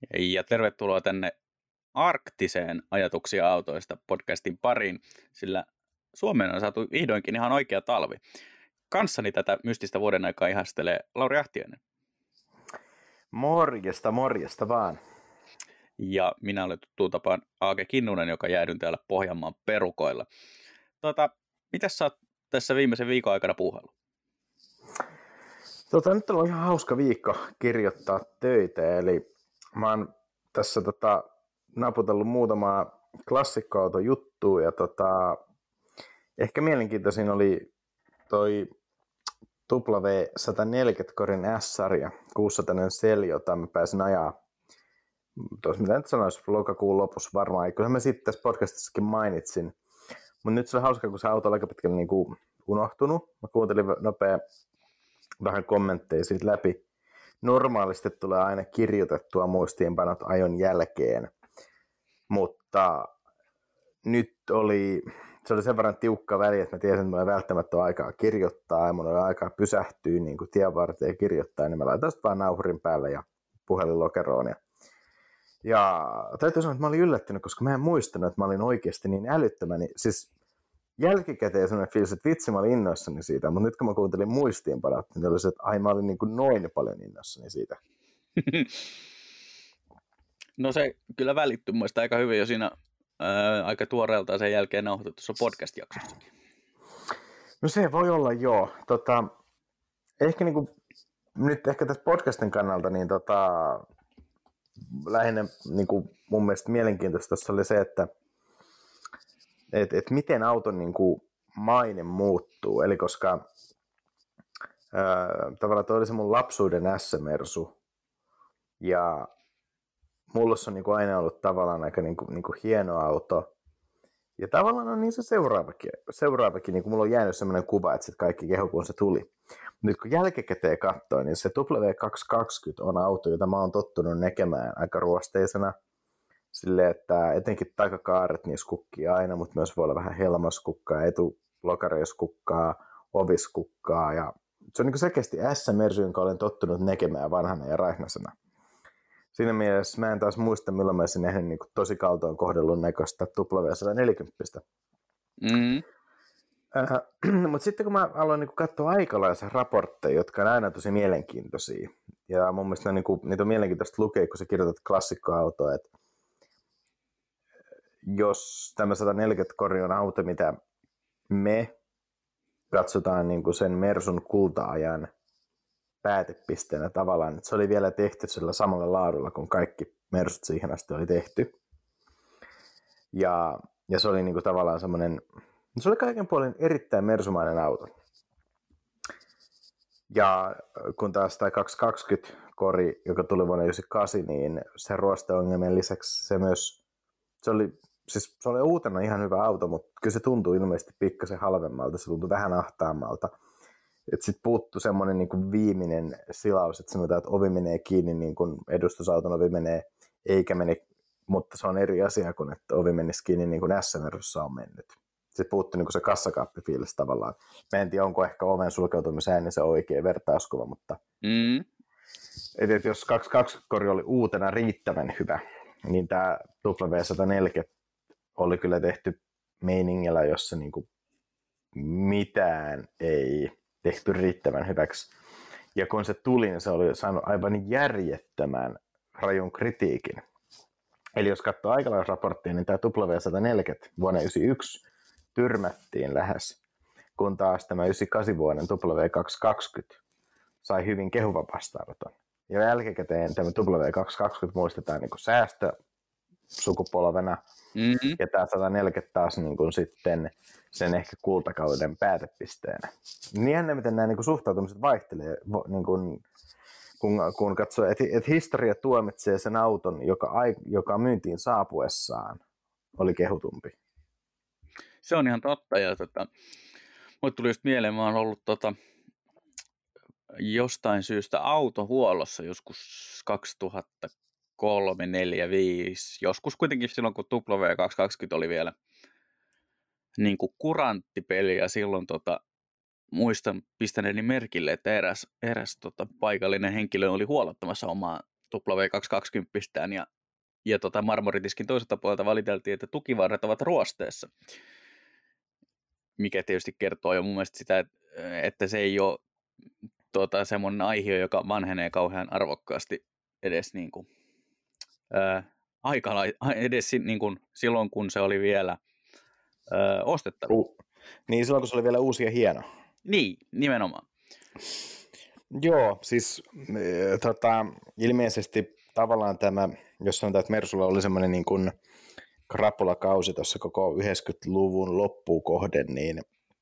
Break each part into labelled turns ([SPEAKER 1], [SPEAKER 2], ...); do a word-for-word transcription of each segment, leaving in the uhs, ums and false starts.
[SPEAKER 1] Ja tervetuloa tänne Arktiseen ajatuksia autoista podcastin pariin, sillä Suomeen on saatu vihdoinkin ihan oikea talvi. Kanssani tätä mystistä vuoden aikaa ihastelee Lauri Ahtiainen.
[SPEAKER 2] Morjesta, morjesta vaan.
[SPEAKER 1] Ja minä olen tuttuun tapaan Aake Kinnunen, joka jäädyn täällä Pohjanmaan perukoilla. Tota, mitäs sä oot tässä viimeisen viikon aikana puuhaillut?
[SPEAKER 2] Tota, nyt on ollut ihan hauska viikko kirjoittaa töitä, eli mä oon tässä tota, naputellut muutamaa klassikkoautojuttua, ja tota, ehkä mielenkiintoisin oli toi W sata neljäkymmentä Corin S-sarja, kuusisataa seli, jota mä pääsin ajaa, tuossa mitä nyt sanoisi, lokakuun lopussa varmaan, kyllähän mä sitten tässä podcastissakin mainitsin, mutta nyt se on hauska, kun se auto on aika pitkälle niin kuin unohtunut. Mä kuuntelin nopea vähän kommentteja siitä läpi. Normaalisti tulee aina kirjoitettua muistiinpanot ajon jälkeen, mutta nyt oli, se oli sen verran tiukka väli, että mä tiesin, että mulla ei välttämättä ole aikaa kirjoittaa ja mulla ei ole aikaa pysähtyä niin kuin tien varteen ja kirjoittaa, niin mä laitan sitten vaan nauhurin päälle ja puhelinlokeroon. Ja, ja täytyy sanoa, että mä olin yllättynyt, koska mä en muistanut, että mä olin oikeasti niin älyttömän. Siis jälkikäteen sellainen fiilis, että vitsi mä olin innoissani siitä, mutta nyt kun mä kuuntelin muistiinpanot, niin oli se, että ai mä olin niin kuin noin paljon innoissani siitä.
[SPEAKER 1] No se kyllä välittyy muista aika hyvin jo siinä ää, aika tuoreeltaan sen jälkeen nauhoitetussa podcast-jaksossakin.
[SPEAKER 2] No se voi olla joo. Tota, ehkä niinku, nyt ehkä tässä podcastin kannalta niin tota, lähinnä niinku, mun mielestä mielenkiintoista tässä oli se, että et, et miten auton niinku, maine muuttuu. Eli koska ää, tavallaan toi oli se mun lapsuuden S-mersu ja mulla on niinku aina ollut tavallaan aika niinku, niinku hieno auto. Ja tavallaan on niin se seuraavakin. seuraavakin niin mulla on jäänyt sellainen kuva, että sit kaikki kehu, kun se tuli. Nyt kun jälkikäteen katsoin, niin se W kaksisataakaksikymmentä on auto, jota mä oon tottunut näkemään aika ruosteisena. Silleen, että etenkin takakaaret niissä kukkii aina, mutta myös voi olla vähän helmaskukkaa, etulokareiskukkaa, oviskukkaa. Ja se on niin selkeästi S-mersy, jonka olen tottunut näkemään vanhana ja raihnasena. Siinä mielessä mä en taas muista, milloin mä olisin nähnyt niin kuin tosi kaltoon kohdellun näköistä W sata neljäkymmentä.
[SPEAKER 1] Mm.
[SPEAKER 2] Äh, mutta sitten kun mä aloin niin kuin katsoa aikalaisen raportteja, jotka on aina tosi mielenkiintoisia, ja mun mielestä niin kuin, niitä on mielenkiintoista lukea, kun sä kirjoitat klassikkoautoa, että jos tämä sata neljäkymmentä Cori on auto, mitä me katsotaan niin kuin sen Mersun kulta-ajan päätepisteenä tavallaan, että se oli vielä tehty sillä samalla laadulla, kun kaikki Mersut siihen asti oli tehty. Ja, ja se oli niinku tavallaan semmoinen, se oli kaiken puolin erittäin mersumainen auto. Ja kun taas tämä kaksisataakaksikymmentä Cori, joka tuli vuonna yhdeksänkymmentäkahdeksan, niin se ruosteongelmien lisäksi se myös, se oli, siis se oli uutena ihan hyvä auto, mutta kyllä se tuntui ilmeisesti pikkasen halvemmalta, se tuntui vähän ahtaammalta. Sitten puuttui semmoinen niin kuin viimeinen silaus, että sanotaan, että ovi menee kiinni, niin kuin edustusauton ovi menee, eikä mene, mutta se on eri asia kuin, että ovi menisi kiinni niin kuin S-mersussa on mennyt. Sitten puuttui niin kuin se kassakaappifiilis tavallaan. Mä en tiedä, onko ehkä oven sulkeutumisääni se oikea vertauskuva, mutta
[SPEAKER 1] Mm.
[SPEAKER 2] et, et jos kaksisataakaksikymmentä Cori oli uutena riittävän hyvä, niin tämä W sata neljäkymmentä oli kyllä tehty meiningillä, jossa niin kuin mitään ei tehty riittävän hyväksi. Ja kun se tuli, niin se oli saanut aivan järjettömän rajun kritiikin. Eli jos katsoo aikalaisraporttia, niin tämä W sata neljäkymmentä vuonna yhdeksänkymmentäyksi tyrmättiin lähes, kun taas tämä yhdeksänkymmentäkahdeksan vuoden W kaksisataakaksikymmentä sai hyvin kehuvan vastaanoton. Ja jälkikäteen tämä W kaksisataakaksikymmentä muistetaan niin kuin säästösukupolvena,
[SPEAKER 1] Mm-hmm.
[SPEAKER 2] ja tämä sata neljäkymmentä taas niin kuin sitten sen ehkä kultakauden päätepisteenä. Niin jännä, miten nämä niin kuin suhtautumiset vaihtelee, niin kuin, kun, kun katsoo, että et historia tuomitsee sen auton, joka, joka myyntiin saapuessaan oli kehutumpi.
[SPEAKER 1] Se on ihan totta. Ja tota, mulle tuli just mieleen, mä oon ollut tota, jostain syystä autohuollossa joskus kaksituhattakolme, neljä, viisi, joskus kuitenkin silloin, kun W kaksisataakaksikymmentä oli vielä niin kuin kuranttipeli, ja silloin tota, muistan pistäneeni merkille, että eräs, eräs tota, paikallinen henkilö oli huolottamassa omaa W kaksisataakaksikymmentä ja, ja tota marmoritiskin toiselta puolelta valiteltiin, että tukivarret ovat ruosteessa. Mikä tietysti kertoo jo mun mielestä sitä, että, että se ei ole tota, semmoinen aihio, joka vanhenee kauhean arvokkaasti edes, niin kuin, ää, aikala, edes niin kuin, silloin, kun se oli vielä ää, ostettava.
[SPEAKER 2] Uh, niin, silloin kun se oli vielä uusi ja hieno.
[SPEAKER 1] Niin, nimenomaan.
[SPEAKER 2] Joo, siis äh, tota, ilmeisesti tavallaan tämä, jos sanotaan, että Mersulla oli semmoinen niin kuin krapulakausi tuossa koko yhdeksänkymmentäluvun loppuun kohden, niin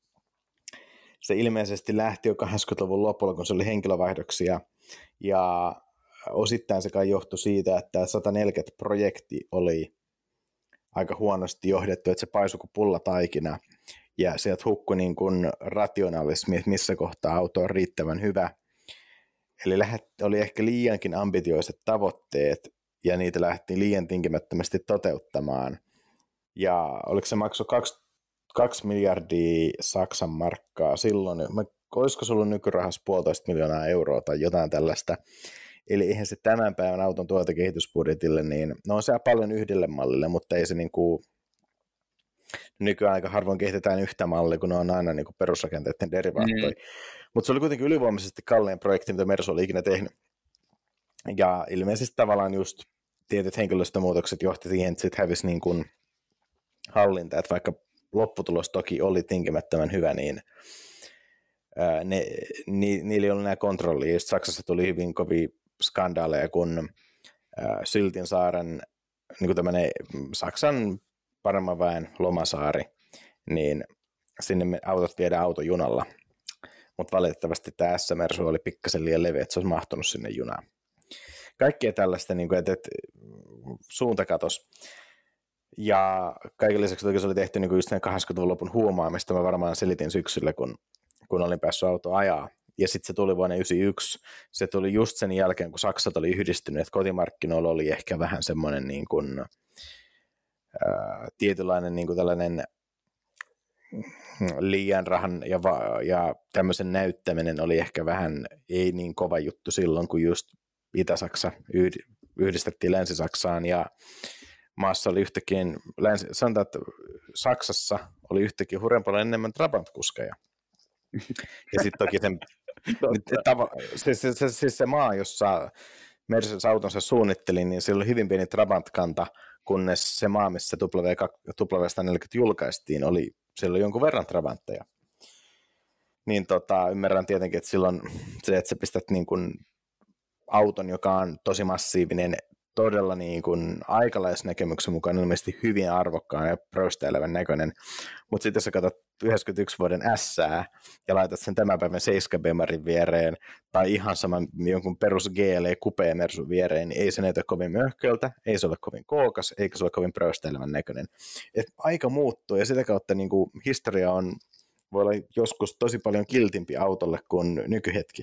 [SPEAKER 2] se ilmeisesti lähti jo kahdeksankymmentäluvun lopulla, kun se oli henkilövaihdoksia, ja osittain se kai johtui siitä, että sata neljäkymmentä-projekti oli aika huonosti johdettu, että se paisui kuin pullataikina, ja sieltä hukkui niin kuin rationalismi, että missä kohtaa auto on riittävän hyvä. Eli oli ehkä liiankin ambitioiset tavoitteet, ja niitä lähti liian tinkimättömästi toteuttamaan. Ja oliko se maksoi kaksi, kaksi miljardia Saksan markkaa silloin, olisiko se ollut nykyrahassa puolitoista miljoonaa euroa tai jotain tällaista. Eli eihän se tämän päivän auton tuotekehitysbudjetille, niin no on se paljon yhdelle mallille, mutta ei se niin kuin, nykyään aika harvoin kehitetään yhtä mallia, kun ne on aina niin kuin perusrakenteiden derivaattoja. Mm. Mutta se oli kuitenkin ylivoimaisesti kallein projekti, mitä Mersu oli ikinä tehnyt. Ja ilmeisesti tavallaan just tietyt henkilöstömuutokset johti siihen, että sitten hävisi niin kuin hallinta, että vaikka lopputulos toki oli tinkimättömän hyvä, niin ää, ne, ni, niillä ei ollut enää kontrollia. Just Saksassa tuli hyvin kovia skandaaleja, kun ää, Syltinsaaren, niin kuin tämmöinen Saksan paremman väen lomasaari, niin sinne autot viedään autojunalla. Mutta valitettavasti tämä S-Mersu oli pikkasen liian leveä, että se olisi mahtunut sinne junaan. Kaikkea tällaista, niin kuin, että, että suuntakatos. Ja kaiken lisäksi se oli tehty niin kuin just kahdeksankymmentäluvun lopun huomaamista. Mä varmaan selitin syksyllä, kun, kun olin päässyt autoa ajaa. Ja sitten se tuli vuonna yhdeksänkymmentäyksi. Se tuli just sen jälkeen, kun Saksat oli yhdistynyt, että kotimarkkinoilla oli ehkä vähän semmoinen niin kuin, ää, tietynlainen niin kuin tällainen liian rahan ja, va- ja tämmöisen näyttäminen oli ehkä vähän ei niin kova juttu silloin, kun just Itä-Saksa yhd- yhdistettiin Länsi-Saksaan ja maassa oli yhtäkkiä, länsi- sanotaan, että Saksassa oli yhtäkkiä hurjan paljon enemmän Trabant-kuskeja. Ja sitten toki sen, se, se, se, se, se maa, jossa Mercedes autonsa suunnitteli, niin siellä oli hyvin pieni Trabant-kanta, kunnes se maa, missä W sata neljäkymmentä julkaistiin, oli, siellä oli jonkun verran Trabantteja. Niin tota, ymmärrän tietenkin, että silloin se, että sä pistät niin kuin auton, joka on tosi massiivinen, todella niin kuin aikalaisnäkemyksen mukaan ilmeisesti hyvin arvokkaan ja pröystäilevän näköinen. Mutta sitten jos sä katsot yhdeksänkymmentäyksi vuoden Sää ja laitat sen tämän päivän seitsemän Bemarin viereen tai ihan saman jonkun perus G L E Coupé Mersun viereen, niin ei se näytä kovin möhköltä, ei se ole kovin kookas, eikä se ole kovin pröystäilevän näköinen. Et aika muuttuu ja sitä kautta niin kuin historia on, voi olla joskus tosi paljon kiltimpi autolle kuin nykyhetki.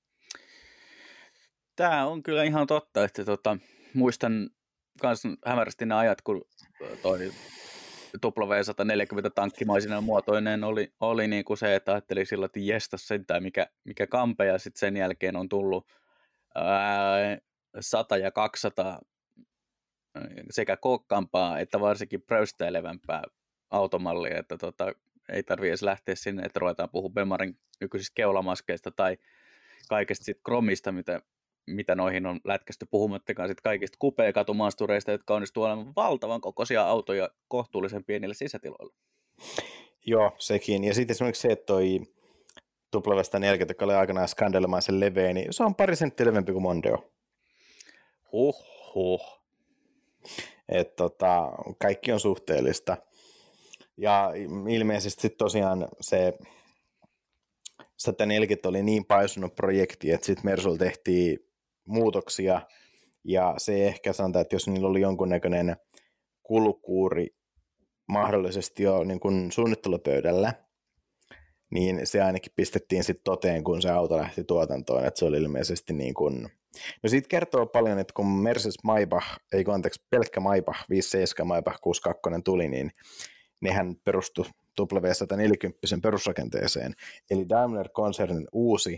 [SPEAKER 1] Tämä on kyllä ihan totta, että tota, muistan myös hämärästi ne ajat, kun toi W sata neljäkymmentä tankkimaisinen muotoinen oli, oli niin kuin se, että ajattelin silloin, että jestas sentään mikä, mikä kampe, ja sitten sen jälkeen on tullut ää, sata ja kaksisataa sekä kookkaampaa että varsinkin pröystäilevämpää automallia, että tota, ei tarvitse edes lähteä sinne, että ruvetaan puhumaan Bemarin nykyisistä keulamaskeista tai kaikesta sit kromista, mitä mitä noihin on lätkästy, puhumattakaan sitten kaikista kupeekatumaastureista, jotka onnistuu olemaan valtavan kokoisia autoja kohtuullisen pienillä sisätiloilla.
[SPEAKER 2] Joo, sekin. Ja sitten esimerkiksi se, että toi W sata neljäkymmentä, joka oli aikanaan skandalemaisen leveä, niin se on pari senttiä leveämpi kuin Mondeo.
[SPEAKER 1] Huhhuh.
[SPEAKER 2] Että tota, kaikki on suhteellista. Ja ilmeisesti sitten tosiaan se sata neljäkymmentä oli niin paisunut projekti, että sitten Mersulla tehtiin muutoksia, ja se ehkä sanotaan, että jos niillä oli jonkunnäköinen kulukuuri mahdollisesti jo niin kuin suunnittelupöydällä, niin se ainakin pistettiin sitten toteen, kun se auto lähti tuotantoon, että se oli ilmeisesti niin kuin... No siitä kertoo paljon, että kun Mercedes Maybach, ei kun anteeksi, pelkkä Maybach, viisikymmentäseitsemän Maybach kuusikymmentäkaksi tuli, niin nehän perustui W sata neljäkymmentä perusrakenteeseen, eli Daimler-konsernin uusi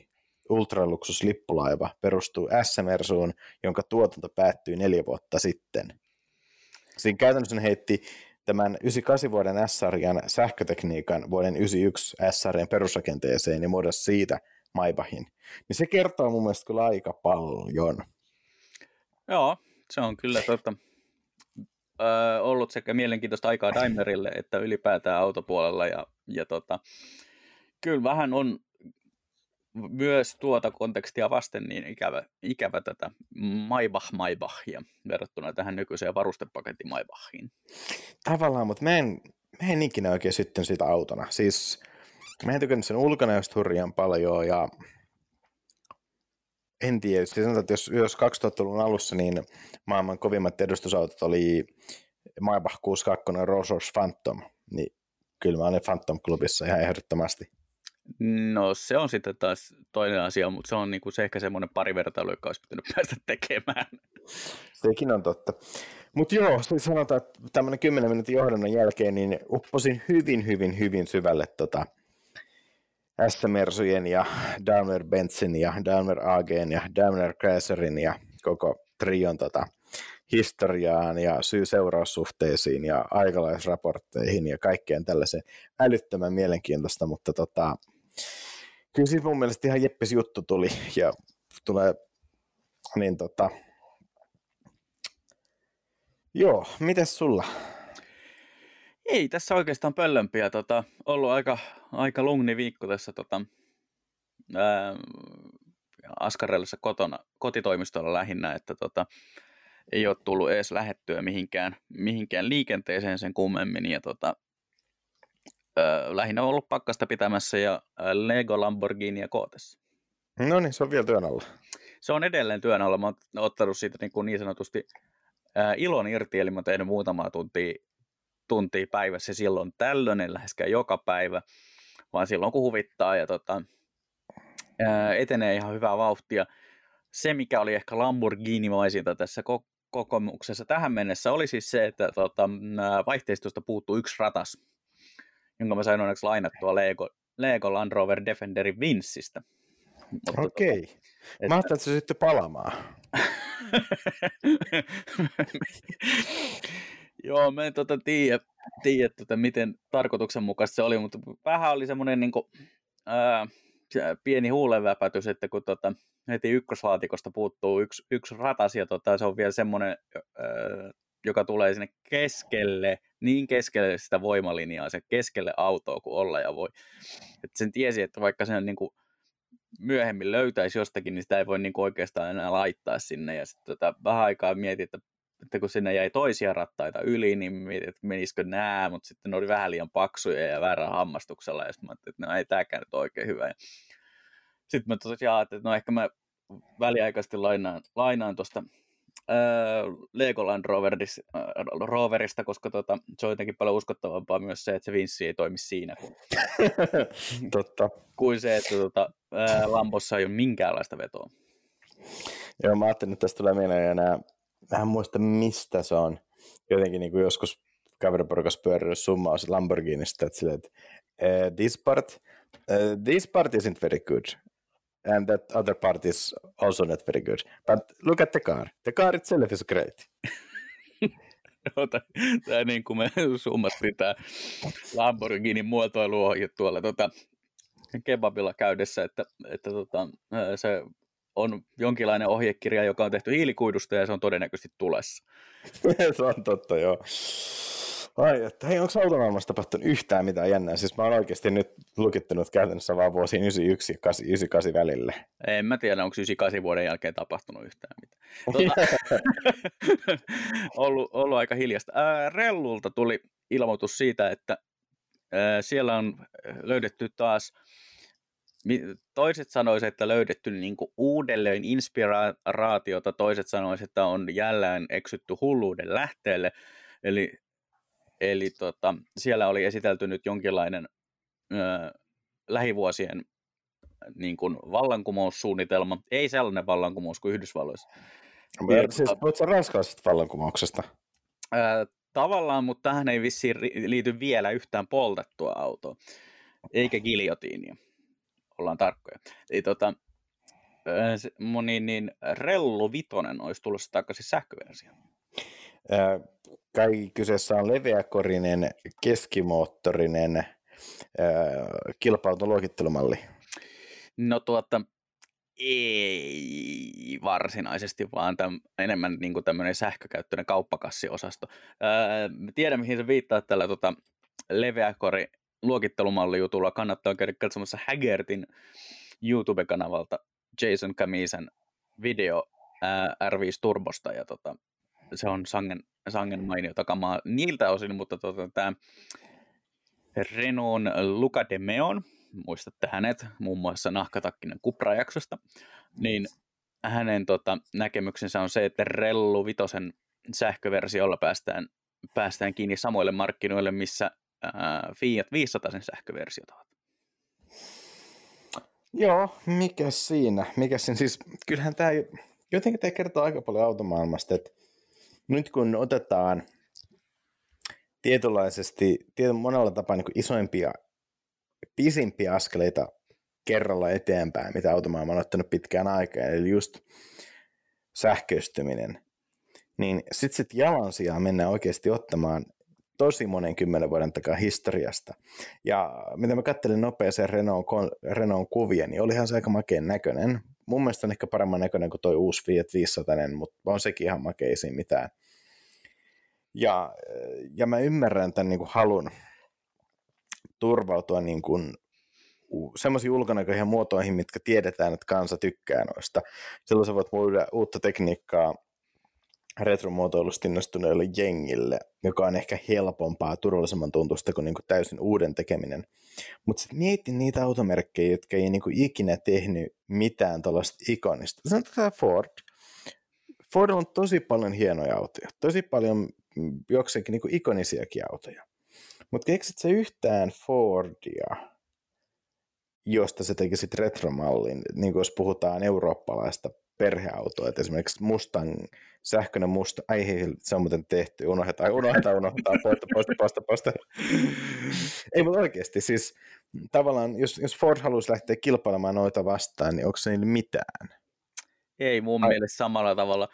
[SPEAKER 2] ultraluksuslippulaiva perustuu S-Mersuun, jonka tuotanto päättyi neljä vuotta sitten. Siinä käytännössä heitti tämän yhdeksänkymmentäkahdeksan vuoden S-sarjan sähkötekniikan vuoden yhdeksänkymmentäyksi S-sarjan perusrakenteeseen ja muodossa siitä Maybachiin. Niin se kertoo mun mielestä kyllä aika paljon.
[SPEAKER 1] Joo, se on kyllä tota, ö, ollut sekä mielenkiintoista aikaa Daimlerille että ylipäätään autopuolella. Ja, ja tota, kyllä vähän on myös tuota kontekstia vasten niin ikävä, ikävä tätä Maybach Maybachia verrattuna tähän nykyiseen varustepaketin Maybachiin.
[SPEAKER 2] Tavallaan, mutta mä en, mä en ikinä oikein syttynyt siitä autona. Siis mä en tykännyt sen ulkona just hurjan paljon ja en tiedä. Siis sanotaan, että jos, jos kaksituhattaluvun alussa niin maailman kovimmat edustusautot oli Maybach kuusikymmentäkaksi Rolls-Royce Phantom, niin kyllä mä olen Phantom-klubissa ihan ehdottomasti.
[SPEAKER 1] No se on sitten taas toinen asia, mutta se on niinku se ehkä semmoinen pari vertailu, joka olisi pitänyt päästä tekemään.
[SPEAKER 2] Sekin on totta. Mutta joo, siis sanotaan, että tämmöinen kymmenen minuutin johdannon jälkeen niin upposin hyvin, hyvin, hyvin syvälle tota S-Mersujen ja Daimler-Benzin ja Daimler A G:n ja Daimler Chryslerin ja koko trion tota historiaan ja syy-seuraussuhteisiin ja aikalaisraportteihin ja kaikkeen tällaiseen älyttömän mielenkiintoista, mutta tota, kyllä siis mun mielestä ihan jeppis juttu tuli ja tulee niin tota, joo, mites sulla?
[SPEAKER 1] Ei tässä oikeastaan pöllömpiä. Tota, ollut aika, aika lungni viikko tässä tota, ää, askarellessa kotona, kotitoimistolla lähinnä, että tota, ei ole tullut edes lähettyä mihinkään, mihinkään liikenteeseen sen kummemmin. Ja tota, ää, lähinnä on ollut pakkasta pitämässä ja ää, Lego Lamborghinia kootessa.
[SPEAKER 2] No niin, se on vielä työn alla.
[SPEAKER 1] Se on edelleen työn alla. Mä oon ottanut siitä niin, kuin niin sanotusti ää, ilon irti, eli mä oon tehnyt muutamaa tuntia tuntia päivässä silloin tällöin, en läheskään joka päivä, vaan silloin kun huvittaa ja tota, ää, etenee ihan hyvää vauhtia. Se, mikä oli ehkä Lamborghini-maisinta tässä ko- kokemuksessa tähän mennessä, oli siis se, että tota, vaihteistosta puuttuu yksi ratas, jonka mä sain onneksi lainattua Lego, Lego Land Rover Defenderin Vinssistä.
[SPEAKER 2] Okei. Okay. Että... Mä ajattelin, että se sitten palaamaan.
[SPEAKER 1] Joo, mä en tota tiedä, tiedä tota, miten tarkoituksenmukaista se oli, mutta vähän oli semmoinen niin kuin, ää, pieni huulenväpätys, että kun tota, heti ykköslaatikosta puuttuu yksi, yksi ratas ja tota, se on vielä semmoinen, ää, joka tulee sinne keskelle, niin keskelle sitä voimalinjaa, se keskelle autoa kuin olla ja voi. Et sen tiesi, että vaikka sen niin kuin myöhemmin löytäisi jostakin, niin sitä ei voi niin kuin oikeastaan enää laittaa sinne. Ja sitten tota, vähän aikaa mietin, että että kun sinne jäi toisia rattaita yli, niin mietin, että menisikö nää, mutta sitten ne oli vähän liian paksuja ja väärän hammastuksella, ja sitten mä ajattelin, että no ei tääkään nyt oikein hyvä. Ja sitten mä tosiaan ajattelin, että no ehkä mä väliaikaisesti lainaan, lainaan tuosta Lego Land Roverista, koska tota, se on jotenkin paljon uskottavampaa myös se, että se vinssi ei toimi siinä, kuin,
[SPEAKER 2] Totta.
[SPEAKER 1] kuin se, että tota, ää, Lambossa ei ole minkäänlaista vetoa.
[SPEAKER 2] Joo, mä ajattelin, että tästä tulee mieleen enää mä en muista, mistä se on. Jotenkin niin kuin joskus kaveriporukassa pyörinyt summaus Lamborghinista, että silleen, että uh, this part, uh, this part isn't very good, and that other part is also not very good. But look at the car. The car itself is great.
[SPEAKER 1] Tämä niin kuin me summattiin tämä Lamborghinin muotoiluohje tuolla tota, kebabilla käydessä, että, että tota, se on jonkinlainen ohjekirja, joka on tehty hiilikuidusta ja se on todennäköisesti tulessa.
[SPEAKER 2] Se on totta, joo. Ai, että hei, onko automaailmassa tapahtunut yhtään mitään jännää? Siis mä oon oikeasti nyt lukittanut käytännössä vaan vuosiin yhdeksänkymmentäyksi ja yhdeksänkymmentäkahdeksan välille.
[SPEAKER 1] En mä tiedä, onko yhdeksänkymmentäkahdeksan vuoden jälkeen tapahtunut yhtään mitään. Tuota, ollut, ollut aika hiljasta. Ää, Rellulta tuli ilmoitus siitä, että ää, siellä on löydetty taas, toiset sanoisivat, että löydetty niin kuin uudelleen inspiraatiota, toiset sanoisivat, että on jälleen eksytty hulluuden lähteelle. Eli, eli tota, siellä oli esitelty nyt jonkinlainen ää, lähivuosien niin kuin vallankumoussuunnitelma. Ei sellainen vallankumous kuin Yhdysvalloissa.
[SPEAKER 2] Ja, siis puhutko sä ranskalaisesta vallankumouksesta?
[SPEAKER 1] Ää, tavallaan, mutta tähän ei vissiin liity vielä yhtään poltettua autoa, eikä giljotiinia. Ollaan tarkkoja. Eli, tota, se, niin, niin, Rellu Vitonen olisi tullut takaisin sähköversio.
[SPEAKER 2] Ää, kai kyseessä on leveäkorinen, keskimoottorinen ää, kilpailutoluokittelumalli.
[SPEAKER 1] No tuota, ei varsinaisesti, vaan täm, enemmän niin kuin tämmöinen sähkökäyttöinen kauppakassiosasto. Ää, tiedän, mihin se viittaa tällä tota, leveäkori luokittelumallijutulla. Kannattaa käydä katsomassa Haggertin YouTube-kanavalta Jason Camisen video ää, R viisi Turbosta, ja tota, se on sangen, sangen mainiota kamaa niiltä osin, mutta tota, tämä Renault Luca de Meon, muistatte hänet muun muassa Nahkatakkinen Cupra-jaksosta, niin hänen tota, näkemyksensä on se, että Rellu Vitosen sähköversiolla päästään, päästään kiinni samoille markkinoille, missä ää, Fiat viisisataa sen sähköversiot ovat.
[SPEAKER 2] Joo, mikä siinä? Mikä siinä? Siis, kyllähän tämä, jotenkin tämä kertoo aika paljon automaailmasta, että nyt kun otetaan tietynlaisesti, tietyn monella tapaa niin kuin isoimpia, pisimpiä askeleita kerralla eteenpäin, mitä automaailma on ottanut pitkään aikaa, eli just sähköistyminen, niin sitten sit jalansijaa mennään oikeasti ottamaan tosi monen kymmenen vuoden takaa historiasta. Ja mitä mä katselin nopeasti Renault, Renault kuvia, niin olihan se aika makeen näköinen. Mun mielestä on ehkä paremman näköinen kuin toi uusi Fiat viisisataa, mutta on sekin ihan makeisiin mitään. Ja, ja mä ymmärrän tämän niin kuin halun turvautua niin kuin semmoisiin ulkonäköihin muotoihin, mitkä tiedetään, että kansa tykkää noista. Silloin sä voit muodoida uutta tekniikkaa retromuotoilusta innostuneelle jengille, joka on ehkä helpompaa, turvallisemman tuntusta kuin, niin kuin täysin uuden tekeminen. Mutta sitten mietin niitä automerkkejä, jotka ei niin kuin ikinä tehnyt mitään tällaista ikonista. Sanotaan Ford. Fordilla on tosi paljon hienoja autoja, tosi paljon jokseenkin niin kuin ikonisiakin autoja. Mutta keksit sä yhtään Fordia, josta sä tekisit retromallin, niin kuin jos puhutaan eurooppalaista perheautoa, että esimerkiksi Mustang, sähköinen Mustang, ai hei, se on muuten tehty, unohdetaan, unohdetaan, unohdetaan, poista, poista, poista, poista. Ei, mutta oikeasti, siis tavallaan, jos, jos Ford haluaisi lähteä kilpailemaan noita vastaan, niin onko se niille mitään?
[SPEAKER 1] Ei mun ai. mielestä samalla tavalla.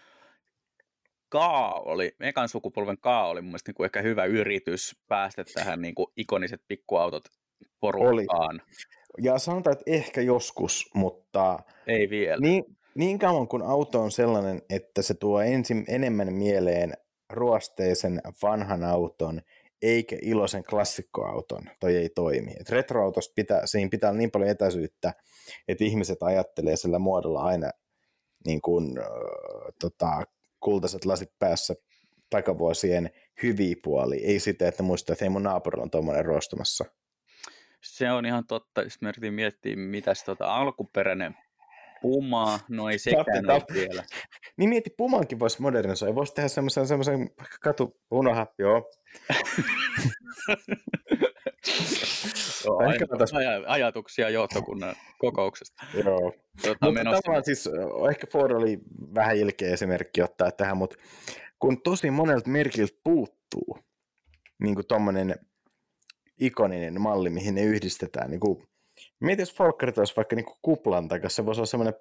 [SPEAKER 1] Kaa oli, ekan sukupolven Kaa oli mun mielestä niin kuin ehkä hyvä yritys päästä tähän niin kuin ikoniset pikkuautot porukkaan. Oli.
[SPEAKER 2] Ja sanotaan, että ehkä joskus, mutta
[SPEAKER 1] ei vielä.
[SPEAKER 2] Niin, niin kauan kun auto on sellainen, että se tuo ensin enemmän mieleen ruosteisen vanhan auton, eikä iloisen klassikkoauton, toi ei toimi. Et retroautossa pitää, siinä pitää olla niin paljon etäisyyttä, että ihmiset ajattelee sillä muodolla aina niin kuin, äh, tota, kultaiset lasit päässä takavuosien hyviä puolia. Ei sitä, että muistaa, että hei, mun naapurilla on tuommoinen ruostumassa.
[SPEAKER 1] Se on ihan totta, jos me yritin miettiä, mitäs tota alkuperäinen Puma, no ei sekään ole vielä.
[SPEAKER 2] Niin mieti, Pumankin voisi modernisoida, voisi tehdä semmoisen, semmoisen katu, unoha, joo.
[SPEAKER 1] joo aj- aj- ajatuksia johtokunnan kokouksesta.
[SPEAKER 2] Joo, tota, mutta tavallaan siis ehkä Ford oli vähän ilkeä esimerkki ottaa tähän, mutta kun tosi monelta merkiltä puuttuu niin kuin tommonen ikoninen malli, mihin ne yhdistetään, niin kuin mietin, jos Folkkarit olisi vaikka niinku kuplan takassa, se voisi olla semmoinen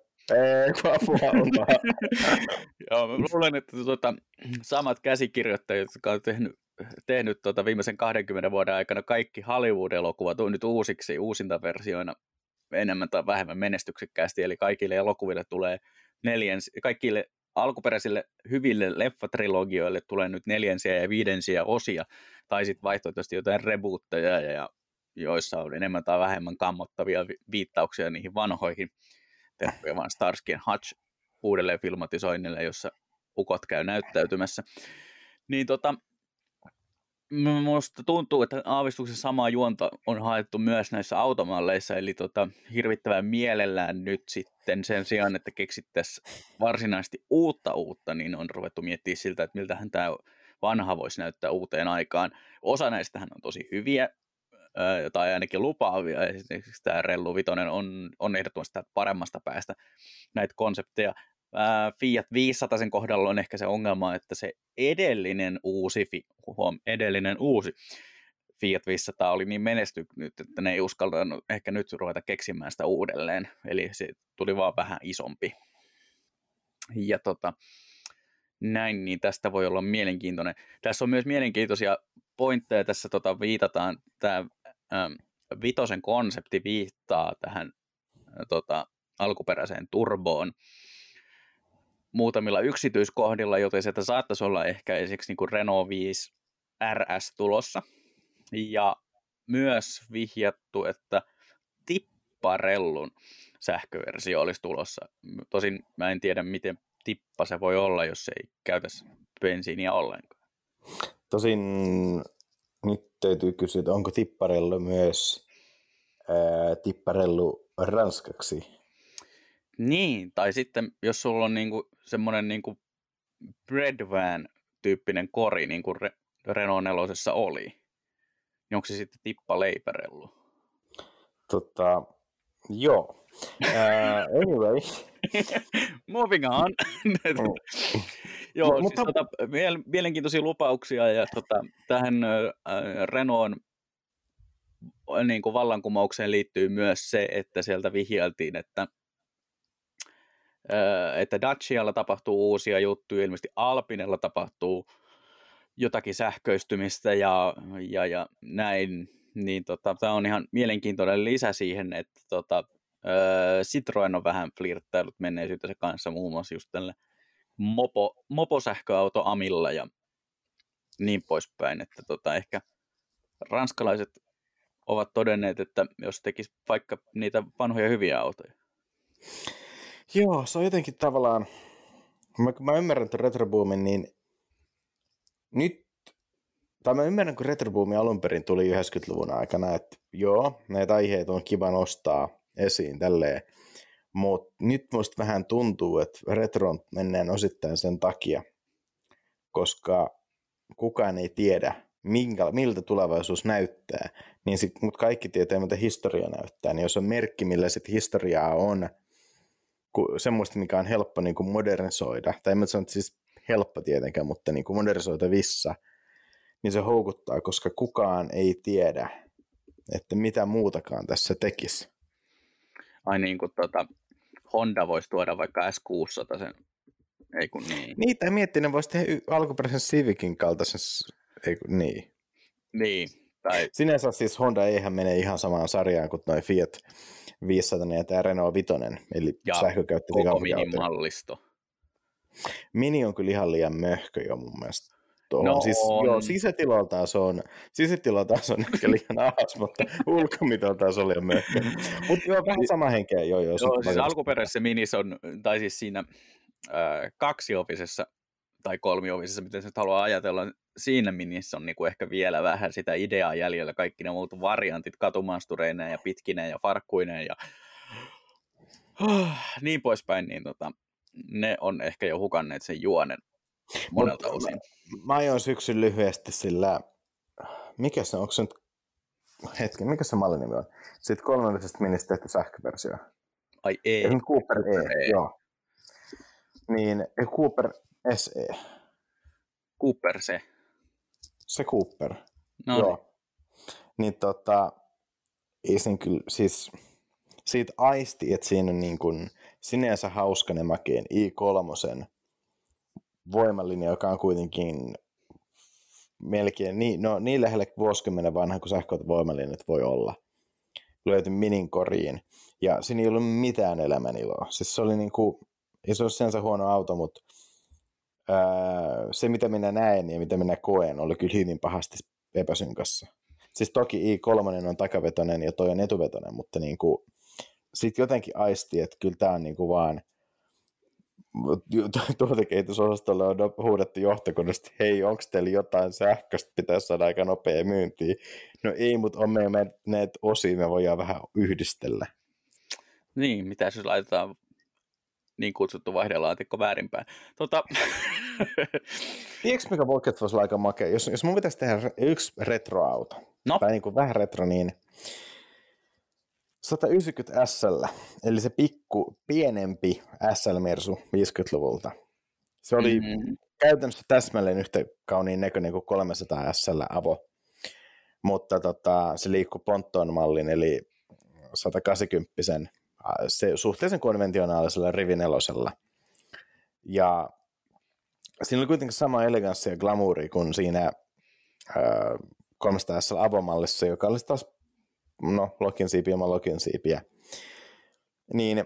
[SPEAKER 1] Joo, mä luulen, että tuota, samat käsikirjoittajat, jotka on tehnyt, tehnyt tuota viimeisen kahdenkymmenen vuoden aikana kaikki Hollywood-elokuvat on nyt uusiksi, uusintaversioina enemmän tai vähemmän menestyksekkäästi, eli kaikille elokuville tulee neljän, kaikille alkuperäisille hyville leffatrilogioille tulee nyt neljänsiä ja viidensiä osia, tai sitten vaihtoehtoisesti jotain rebootteja, ja joissa on enemmän tai vähemmän kammottavia viittauksia niihin vanhoihin. Terkkuja vaan Starsky and Hutch uudelleen filmatisoinnille, jossa ukot käy näyttäytymässä. Niin tota, minusta tuntuu, että aavistuksen samaa juonta on haettu myös näissä automalleissa, eli tota, hirvittävän mielellään nyt sitten sen sijaan, että keksittäisiin varsinaisesti uutta uutta, niin on ruvettu miettimään siltä, että miltähän tämä vanha voisi näyttää uuteen aikaan. Osa näistähän on tosi hyviä, tai ainakin lupaavia. Esimerkiksi tämä Rellu Vitonen on, on ehdottomasti paremmasta päästä näitä konsepteja. Ää, Fiat viisisataa sen kohdalla on ehkä se ongelma, että se edellinen uusi, huom, edellinen uusi Fiat viisisataa oli niin menestynyt, että ne ei uskaltanut ehkä nyt ruveta keksimään sitä uudelleen. Eli se tuli vaan vähän isompi. Ja tota, näin, niin tästä voi olla mielenkiintoinen. Tässä on myös mielenkiintoisia pointteja. Tässä tota, viitataan, tämä ähm, vitosen konsepti viittaa tähän äh, tota, alkuperäiseen turboon muutamilla yksityiskohdilla, joten sieltä saattaisi olla ehkä esimerkiksi niin kuin Renault viisi R S tulossa. Ja myös vihjattu, että tipparellun sähköversio olisi tulossa. Tosin mä en tiedä, miten tippa se voi olla, jos se ei käytä bensiiniä ollenkaan.
[SPEAKER 2] Tosin nyt täytyy kysyä, että onko tipparellu myös ää, tipparellu ranskaksi?
[SPEAKER 1] Niin, tai sitten jos sulla on niinku semmoinen niinku breadvan-tyyppinen kori, niin kuin Re- Renault nelosessa oli, niin onko se sitten tippaleiperellu? Tota,
[SPEAKER 2] joo. Uh, anyway.
[SPEAKER 1] Moving on. Joo, no, mutta... siis, tota, mielenkiintoisia lupauksia, ja tota, tähän äh, Renaultin niin kuin vallankumoukseen liittyy myös se, että sieltä vihjailtiin, että että Dacialla tapahtuu uusia juttuja, ilmeisesti Alpinella tapahtuu jotakin sähköistymistä ja, ja, ja näin, niin tota, tämä on ihan mielenkiintoinen lisä siihen, että tota, ää, Citroen on vähän flirttailut menneisyytensä kanssa muun muassa just tällä mopo, moposähköauto Amilla ja niin poispäin, että tota, ehkä ranskalaiset ovat todenneet, että jos tekisi vaikka niitä vanhoja hyviä autoja.
[SPEAKER 2] Joo, se on jotenkin tavallaan, mä, mä ymmärrän tämän retroboomin, niin nyt, tai mä ymmärrän, kun retroboomi alun perin tuli yhdeksänkymmentäluvun aikana, että joo, näitä aiheita on kiva nostaa esiin tälleen, mutta nyt musta vähän tuntuu, että retron mennään osittain sen takia, koska kukaan ei tiedä, minkä, miltä tulevaisuus näyttää, niin sit, mutta kaikki tietää, mitä historia näyttää, niin jos on merkki, millä sit historiaa on, semmoista, mikä on helppo niin kuin modernisoida, tai en mä sano, että siis helppo tietenkään, mutta niin kuin modernisoitavissa, niin se houkuttaa, koska kukaan ei tiedä, että mitä muutakaan tässä tekisi.
[SPEAKER 1] Ai niin kuin tota, Honda voisi tuoda vaikka S kuusisataa sen, ei kun niin.
[SPEAKER 2] Niin, tai miettii, ne voisi tehdä alkuperäisen Civicin kaltaisen, ei kun niin.
[SPEAKER 1] Niin. Tai...
[SPEAKER 2] Sinänsä siis Honda eihän mene ihan samaan sarjaan kuin noi Fiat viisisataa ja tämä Renault Vitoinen, eli
[SPEAKER 1] ja
[SPEAKER 2] sähkökäyttöinen
[SPEAKER 1] koko minimallisto.
[SPEAKER 2] Mini on kyllä ihan liian möhkö jo mun mielestä. No, siis, joo, sisätilaltaan se on, sisätilaltaan se on ehkä liian ahas, mutta ulkomitaltaan se on liian möhkö. Mutta joo, vähän sama henkeä. Joo, joo,
[SPEAKER 1] joo siis alkuperäisessä minis on, tai siis siinä äh, kaksiovisessa tai kolmiovisessa, miten se haluaa ajatella, siinä minissä on niinku ehkä vielä vähän sitä ideaa jäljellä, kaikki ne muut variantit katumanstureineen ja pitkineen ja farkkuineen ja oh, niin poispäin, niin tota, ne on ehkä jo hukanneet sen juonen monelta osin.
[SPEAKER 2] Mä, mä ajoin syksyn lyhyesti sillä, mikä se on, onko se nyt, hetki, mikä se mallinimi on? Sitten kolmellisesta ministä tehty sähköversio.
[SPEAKER 1] Ai ei.
[SPEAKER 2] Ja Cooper E, e, joo. Niin, Cooper S E.
[SPEAKER 1] Cooper se.
[SPEAKER 2] Se Cooper,
[SPEAKER 1] no
[SPEAKER 2] joo.
[SPEAKER 1] Niin.
[SPEAKER 2] Niin tota, ei sen kyllä, siis siitä aisti, että siinä on niin kuin sinänsä hauskanen makeen i kolme voimalinja, joka on kuitenkin melkein niin, no, niin lähellä vuosikymmenen vanha kuin sähköauton voimalinjat voi olla. Löytyi Minin koriin ja siinä ei ollut mitään elämäniloa. Siis se oli niin kuin, ei se ole sinänsä huono auto, mutta ää, se mitä minä näen ja mitä minä koen oli kyllä hyvin pahasti epäsynkassa. Siis toki i kolme on takavetoinen ja toi on etuvetoinen, mutta niin kuin, sitten jotenkin aisti, että kyllä tämä on niin kuin vaan tuotekehitysosastolle on huudettu johtokunnasta, hei, onko teillä jotain sähköistä, pitäisi saada aika nopea myyntiin. No ei, mutta on meidän näitä osia, me voidaan vähän yhdistellä.
[SPEAKER 1] Niin, mitä jos laitetaan niin kutsuttu vaihdelaatikko väärinpäin. Tota...
[SPEAKER 2] Tiedätkö mikä Volket voisi olla aika makea? Jos, jos mun pitäisi tehdä yksi retroauto,
[SPEAKER 1] no.
[SPEAKER 2] tai niin kuin vähän retro, niin sata yhdeksänkymmentä S L, eli se pikku, pienempi S L-mersu viisikymmentäluvulta. Se oli mm-hmm. käytännössä täsmälleen yhtä kauniin näköinen kuin kolmesataa S L Avo. mutta tota, se liikkui Ponton-mallin, eli sata kahdeksankymmentä se, suhteellisen konventionaalisella rivinelosella. Ja siinä oli kuitenkin sama eleganssi ja glamouri kuin siinä äh, kolmesataa S L-avomallissa, joka oli taas no, lokinsiipiä ilman lokinsiipiä. Niin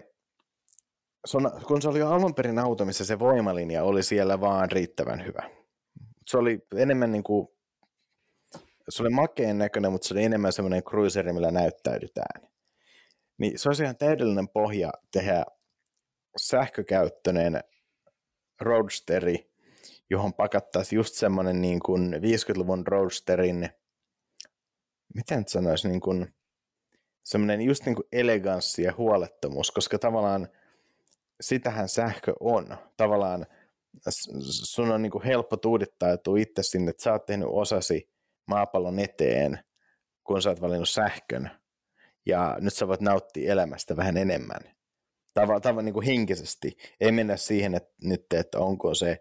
[SPEAKER 2] kun se oli jo alun perin auto, missä se voimalinja oli siellä vaan riittävän hyvä. Se oli enemmän niin kuin, se oli makeen näköinen, mutta se oli enemmän semmoinen cruiseri, millä näyttäydytään. Niin se olisi ihan täydellinen pohja tehdä sähkökäyttöinen roadsteri, johon pakattaisiin just semmoinen niin kuin viidenkymmenenluvun roadsterin, miten nyt sanoisi, niin kuin semmoinen just niin kuin eleganssi ja huolettomuus, koska tavallaan sitähän sähkö on. Tavallaan sun on niin kuin helppo tuudittautua itse sinne, että sä oot tehnyt osasi maapallon eteen, kun sä oot valinnut sähkön. Ja nyt sä voit nauttia elämästä vähän enemmän. Tavan tava, niin kuin henkisesti. Ei mennä siihen, että nyt, että onko se,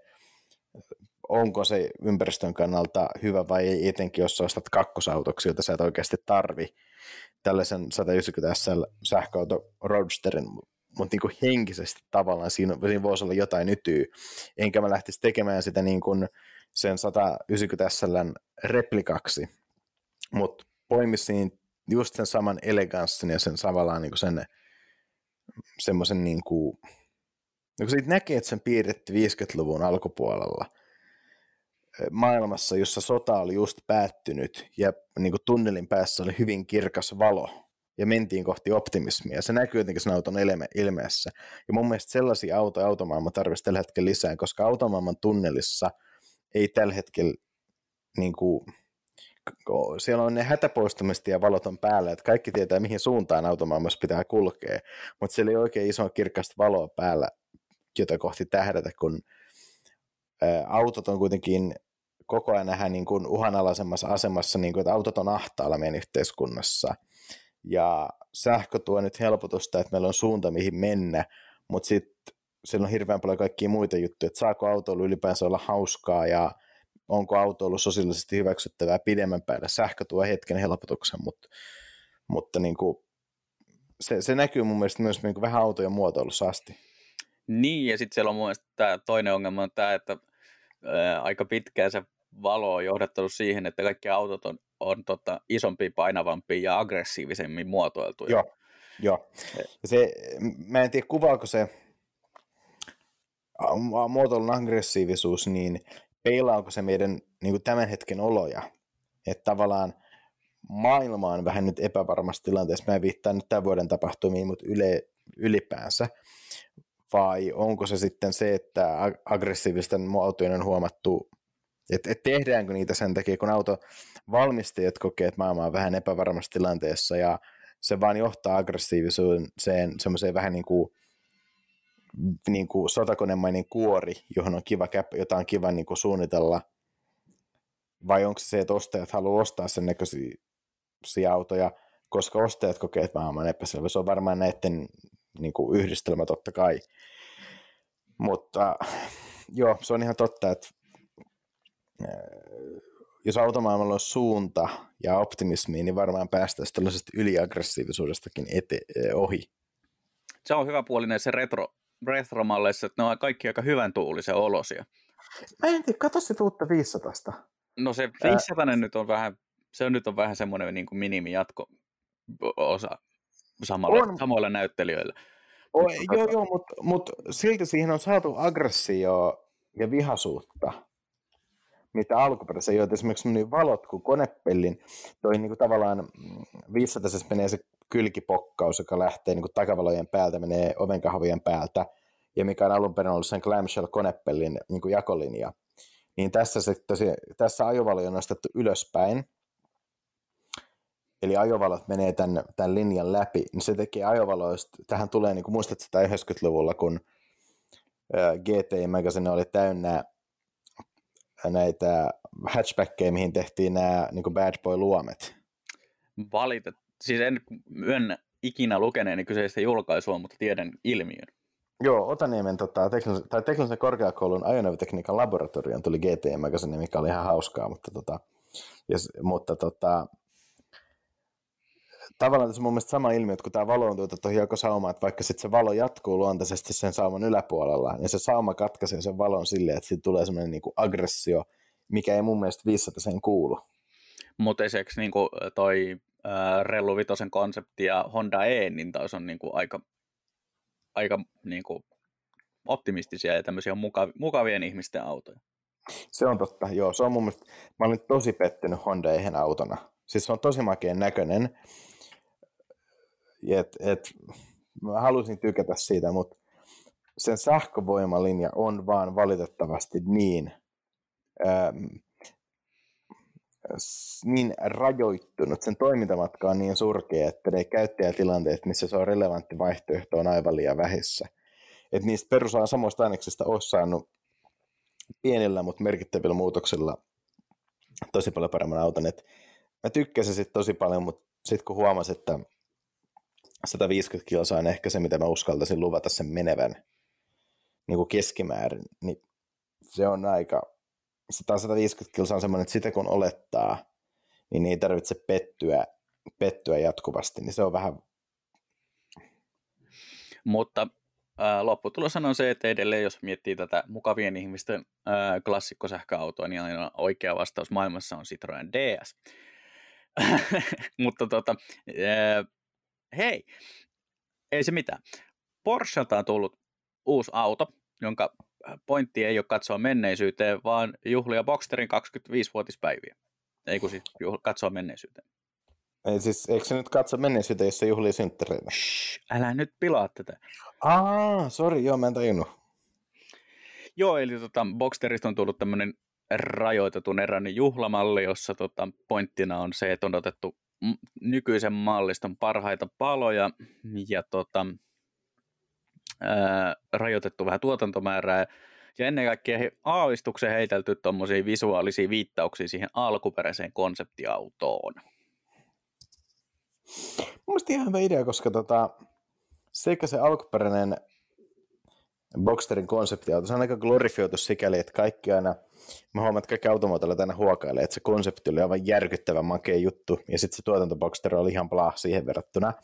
[SPEAKER 2] onko se ympäristön kannalta hyvä vai ei, etenkin jos sä ostat kakkosautoksi, jota sä et oikeasti tarvi. Tällaisen sata yhdeksänkymmentä S L sähköauto Roadsterin, mutta niin henkisesti tavallaan siinä, siinä voisi olla jotain nytyä. Enkä mä lähtisi tekemään sitä niin kuin sen sata yhdeksänkymmentä S L:n replikaksi, mutta poimisin just sen saman eleganssin ja sen tavallaan niin sen semmoisen niin kuin, niin siitä näkee, että sen piirrettiin viidenkymmenenluvun alkupuolella maailmassa, jossa sota oli just päättynyt ja niin kuin tunnelin päässä oli hyvin kirkas valo ja mentiin kohti optimismia. Se näkyy jotenkin sen auton ilmeessä. Ja mun mielestä sellaisia autoja automaailma tarvitsisi tällä hetkellä lisää, koska automaailman tunnelissa ei tällä hetkellä niin kuin, siellä on ne hätäpoistumiset ja valot on päällä, että kaikki tietää, mihin suuntaan automaailmassa pitää kulkea, mutta siellä ei oikein iso kirkasta valoa päällä, jota kohti tähdätä, kun ä, autot on kuitenkin koko ajan nähdään niin kuin uhanalaisemmassa asemassa, niin kuin, että autot on ahtaalla meidän yhteiskunnassa. Ja sähkö tuo nyt helpotusta, että meillä on suunta, mihin mennä, mutta sitten siellä on hirveän paljon kaikkia muita juttuja, että saako autoilu ylipäänsä olla hauskaa ja onko autoilu sosiaalisesti hyväksyttävää pidemmän päälle. Sähkö tuo hetken helpotuksen, mutta, mutta niin kuin, se, se näkyy mun mielestä myös niin kuin vähän autojen muotoilussa asti.
[SPEAKER 1] Niin, ja sitten siellä on mun mielestä tämä toinen ongelma on tämä, että ää, aika pitkään se valo on johdattanut siihen, että kaikki autot on, on tota, isompia, painavampia ja aggressiivisemmin muotoiltuja.
[SPEAKER 2] Joo, joo. Ja se, mä en tiedä kuvaako se muotoilun aggressiivisuus, niin peilaako se meidän niin kuin tämän hetken oloja, että tavallaan maailma on vähän nyt epävarmassa tilanteessa, mä en viittaa nyt tämän vuoden tapahtumiin, mutta yle, ylipäänsä, vai onko se sitten se, että aggressiivisten autojen on huomattu, että, että tehdäänkö niitä sen takia, kun autovalmistajat kokee, että maailma on vähän epävarmassa tilanteessa, ja se vaan johtaa aggressiivisuuteen semmoiseen vähän niin kuin niin kuin sotakonemainen kuori, johon on kiva, jota on kiva niin kuin suunnitella, vai onko se se, että ostajat haluaa ostaa sen näköisiä autoja, koska ostajat kokee, että maailman epäselvä. Se on varmaan näiden niin kuin yhdistelmä totta kai. Mutta joo, se on ihan totta, että jos automaailmalla on suunta ja optimismi, niin varmaan päästäisiin tällaisesta yliaggressiivisuudestakin ete- ohi.
[SPEAKER 1] Se on hyvä puoli näissä retro retromalleissa, että ne on kaikki aika hyvän tuulisen olosia.
[SPEAKER 2] Mä en tiedä, katso sit uutta viisisataa.
[SPEAKER 1] No se viisisataa Ää... nyt on vähän, se on nyt on vähän semmoinen niin kuin minimijatko-osa samalla, on... samoilla näyttelijöillä.
[SPEAKER 2] O, mutta, joo, joo, mutta mut silti siihen on saatu aggressio ja vihaisuutta, mitä alkuperäisessä ei ole. Esimerkiksi niin valot kuin konepellin, toi niin kuin tavallaan viisisataa menee se kylkipokkaus, joka lähtee niin kuin takavalojen päältä, menee ovenkahvojen päältä, ja mikä on alun perin ollut sen clamshell-konepellin niin kuin jakolinja. Niin tässä, se, tosi, tässä ajovaloja on nostettu ylöspäin, eli ajovalot menee tämän, tämän linjan läpi, niin se tekee ajovaloista, tähän tulee, niin kuin muistat sitä yhdeksänkymmentäluvulla, kun G T Magazine oli täynnä näitä hatchbackkejä, mihin tehtiin nämä niin kuin bad boy-luomet.
[SPEAKER 1] Valitet. Siis en myönnä ikinä lukeneeni kyseistä julkaisua, mutta tiedän ilmiön.
[SPEAKER 2] Joo, Otaniemen tota, teknisen, tai teknisen korkeakoulun ajoneuvotekniikan laboratorion tuli G T Magazine, mikä oli ihan hauskaa, mutta, tota, ja, mutta tota, tavallaan tässä on mun mielestä sama ilmiö, että kun tämä valo on tuotettu hiekosauma, että vaikka sitten se valo jatkuu luontaisesti sen sauman yläpuolella, ja se sauma katkaisee sen valon silleen, että siitä tulee semmoinen niinku aggressio, mikä ei mun mielestä viisisataseen kuulu.
[SPEAKER 1] Mutta esimerkiksi niinku toi äh, Rellu Vitosen konsepti ja Honda E, niin taas on niinku aika, aika niinku optimistisia ja tämmöisiä mukav- mukavien ihmisten autoja.
[SPEAKER 2] Se on totta, joo. Se on mun mielestä, mä olin tosi pettynyt Honda Ehen autona. Siis se on tosi makeen näköinen. Et, et, mä halusin tykätä siitä, mutta sen sähkövoimalinja on vaan valitettavasti niin, ähm, niin rajoittunut. Sen toimintamatka on niin surkea, että ne käyttäjätilanteet, missä se on relevantti vaihtoehto, on aivan liian vähissä. Et niistä perusaan samoista aineksista olisi saanut pienillä, mutta merkittävillä muutoksilla tosi paljon paremman auton. Et mä tykkäsin sit tosi paljon, mutta sitten kun huomasin, että sata viisikymmentä kilsaa on ehkä se, mitä mä uskaltaisin luvata sen menevän niin kuin keskimäärin, niin se on aika, sata viisikymmentä kilsaa on semmoinen, että sitä kun olettaa, niin ei tarvitse pettyä, pettyä jatkuvasti, niin se on vähän.
[SPEAKER 1] Mutta äh, lopputulos on se, että edelleen jos miettii tätä mukavien ihmisten äh, klassikkosähköautoa, niin aina oikea vastaus maailmassa on Citroen D S. Mutta tota, äh, hei, ei se mitään. Porschelta on tullut uusi auto, jonka pointti ei ole katsoa menneisyyteen, vaan juhlia Boxsterin kaksikymmentäviisivuotispäiviä. Ei kun siis katsoa menneisyyteen.
[SPEAKER 2] Ei siis, eikö se nyt katso menneisyyteen, jos se juhlii synttäreitä?
[SPEAKER 1] Älä nyt pilaa tätä.
[SPEAKER 2] Aa, sori, joo, mä en tajunnut.
[SPEAKER 1] Joo, eli tota, Boxsterista on tullut tämmöinen rajoitetun erän juhlamalli, jossa tota, pointtina on se, että on otettu nykyisen malliston parhaita paloja ja tota, ää, rajoitettu vähän tuotantomäärää ja ennen kaikkea he, aavistuksen heitelty tuommoisia visuaalisia viittauksia siihen alkuperäiseen konseptiautoon.
[SPEAKER 2] Mielestäni ihan hyvä idea, koska tota, sekä se alkuperäinen Boxsterin konseptiauto, se on aika glorifioitu sikäli, että kaikki aina, mä huomaan, että kaikki automuotoilijat aina huokailee, että se konsepti oli aivan järkyttävän makea juttu, ja sitten se tuotanto Boxster oli ihan blah siihen verrattuna.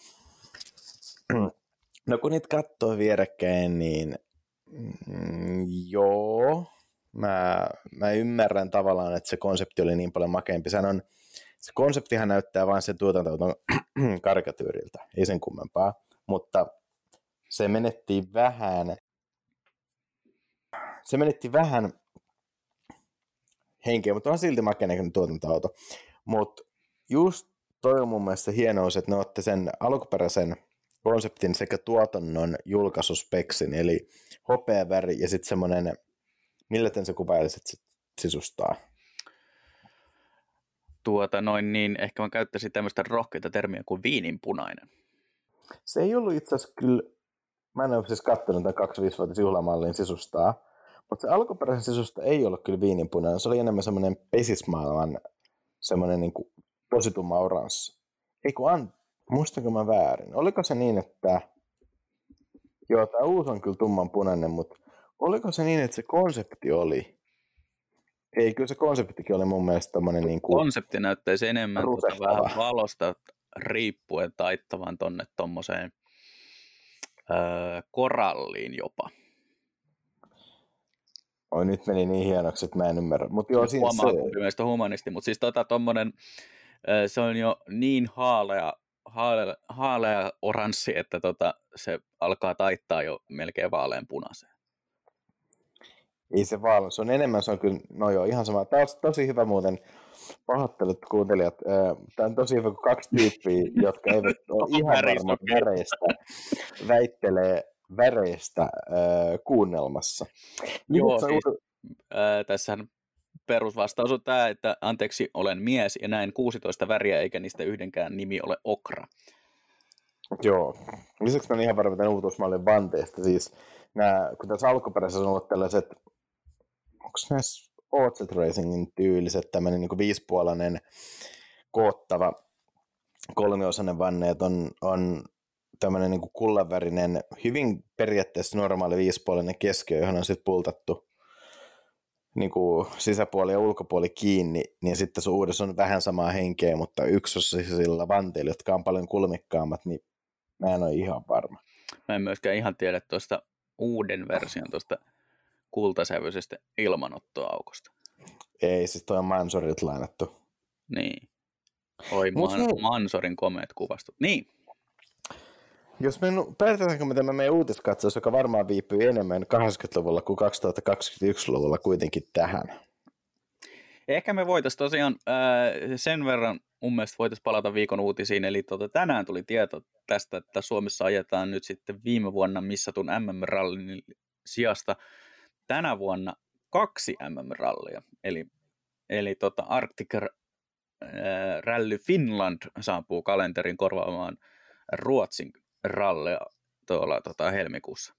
[SPEAKER 2] No kun niitä katsoo vierekkäin, niin mm, joo, mä, mä ymmärrän tavallaan, että se konsepti oli niin paljon makeampi. Sehän on, se konseptihan näyttää vain sen tuotantoauton karikatyyriltä, ei sen kummempaa, mutta se menetti vähän, se menetti vähän henkeä, mutta on silti makea tuotantoauto. Mutta just toi on mun mielestä hienous, että ne otte sen alkuperäisen konseptin sekä tuotannon julkaisuspeksin, eli hopeaväri ja sitten semmoinen, millä sen sä kuvailisit sisustaa?
[SPEAKER 1] Tuota noin niin, ehkä mä käyttäisin tämmöistä rohkeita termiä kuin viininpunainen.
[SPEAKER 2] Se ei ollut itse asiassa kyllä, mä en ole siis katsonut tämän kaksikymmentäviisivuotisen juhlamallin sisustaa, mutta se alkuperäisen sisusta ei ollut kyllä viininpunainen, se oli enemmän semmoinen pesismaailman semmoinen niin kuin tosi tumma oranssi. Ei kun an, muistanko mä väärin? Oliko se niin, että joo, tämä uusi on kyllä tumman punainen, mutta oliko se niin, että se konsepti oli? Ei, kyllä se konseptikin oli mun mielestä tommonen niin kuin
[SPEAKER 1] konsepti näyttäisi enemmän tuota vähän valosta riippuen taittavan tonne tommoseen öö, koralliin jopa.
[SPEAKER 2] Oi, nyt meni niin hienoksi, että mä en ymmärrä. Mut joo, siis
[SPEAKER 1] huomaa, kumpi meistä on humanisti, mutta siis tota tommonen, öö, se on jo niin haalea, haalea, haalea oranssi, että tota, se alkaa taittaa jo melkein vaaleanpunaiseen.
[SPEAKER 2] Ei se vaan, se on enemmän, se on kyllä, no joo, ihan sama. Tämä on tosi hyvä muuten, pahoittelut kuuntelijat. Tämä on tosi hyvä, kun kaksi tyyppiä, jotka eivät ole ihan varmat väreistä, väittelee väreistä äh, kuunnelmassa.
[SPEAKER 1] Joo, siis, äh, tässähän perusvastaus on tämä, että anteeksi, olen mies ja näen kuusitoista väriä, eikä niistä yhdenkään nimi ole okra.
[SPEAKER 2] Joo, lisäksi mä olen ihan varma tämän uutuusmallin vanteesta, siis nämä, kun tässä alkuperäisessä on ollut tällaiset, onko näissä O Z Racingin tyyliset, tämmöinen niin kuin viisipuolainen koottava kolmiosainen vanneet on, on tämmöinen niin kuin kullanvärinen, hyvin periaatteessa normaali viisipuolainen keskiö, johon on sitten pultattu niin kuin sisäpuoli ja ulkopuoli kiinni, niin sitten sun uudessa on vähän samaa henkeä, mutta yksi on siis sillä vanteilla, jotka on paljon kulmikkaammat, niin mä en ole ihan varma.
[SPEAKER 1] Mä en myöskään ihan tiedä tuosta uuden version tuosta kultasävyisestä ilmanottoaukosta.
[SPEAKER 2] Ei, siis toi on Mansorilta lainattu.
[SPEAKER 1] Niin. Oi,
[SPEAKER 2] Mut
[SPEAKER 1] Man-
[SPEAKER 2] hei.
[SPEAKER 1] Mansorin komeat kuvastut. Niin.
[SPEAKER 2] Jos me päätetäänkö me tämä meidän uutiskatsaus, joka varmaan viipyy enemmän kahdeksankymmentäluvulla kuin kaksituhattakaksikymmentäyksi-luvulla kuitenkin tähän.
[SPEAKER 1] Ehkä me voitaisiin tosiaan ää, sen verran, mun mielestä voitaisiin palata viikon uutisiin, eli tota, tänään tuli tieto tästä, että Suomessa ajetaan nyt sitten viime vuonna missatun M M-rallin sijasta tänä vuonna kaksi M M-rallia, eli, eli tota Arctic ää, Rally Finland saapuu kalenterin korvaamaan Ruotsin rallia tuolla tota, helmikuussa.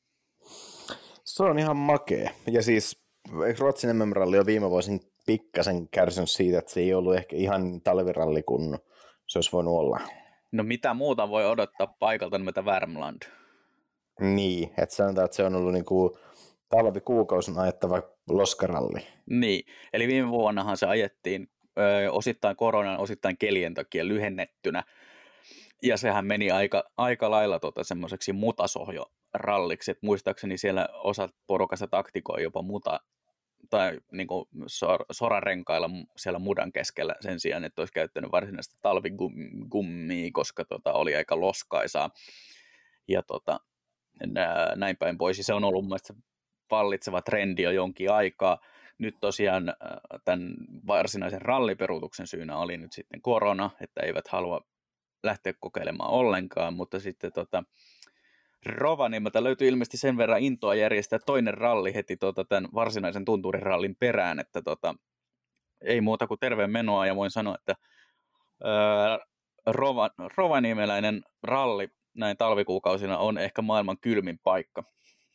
[SPEAKER 2] Se on ihan makea. Ja siis Ruotsin M M-ralli on viime vuosin pikkasen kärsinyt siitä, että se ei ollut ehkä ihan talviralli kuin se olisi voinut olla.
[SPEAKER 1] No mitä muuta voi odottaa paikalta nimeltä Värmland?
[SPEAKER 2] Niin, että sanotaan, että se on ollut niinku talvikuukausin ajettava loskaralli.
[SPEAKER 1] Niin, eli viime vuonnahan se ajettiin ö, osittain koronan, osittain kelien takia lyhennettynä. Ja sehän meni aika, aika lailla tota, semmoiseksi mutasohjoralliksi, että muistaakseni siellä osa porukasta taktikoi jopa muta, tai niin kuin sor, sorarenkailla siellä mudan keskellä sen sijaan, että olisi käyttänyt varsinaista talvigummia, koska tota, oli aika loskaisaa. Ja tota, näin päin pois. Se on ollut mun mielestä vallitseva trendi jo jonkin aikaa. Nyt tosiaan tämän varsinaisen ralliperuutuksen syynä oli nyt sitten korona, että eivät halua lähteä kokeilemaan ollenkaan, mutta sitten tota, Rovaniemeltä löytyi ilmeisesti sen verran intoa järjestää toinen ralli heti tota, tämän varsinaisen tunturirallin perään, että tota, ei muuta kuin terveen menoa, ja voin sanoa, että ää, Rova, rovaniemeläinen ralli näin talvikuukausina on ehkä maailman kylmin paikka.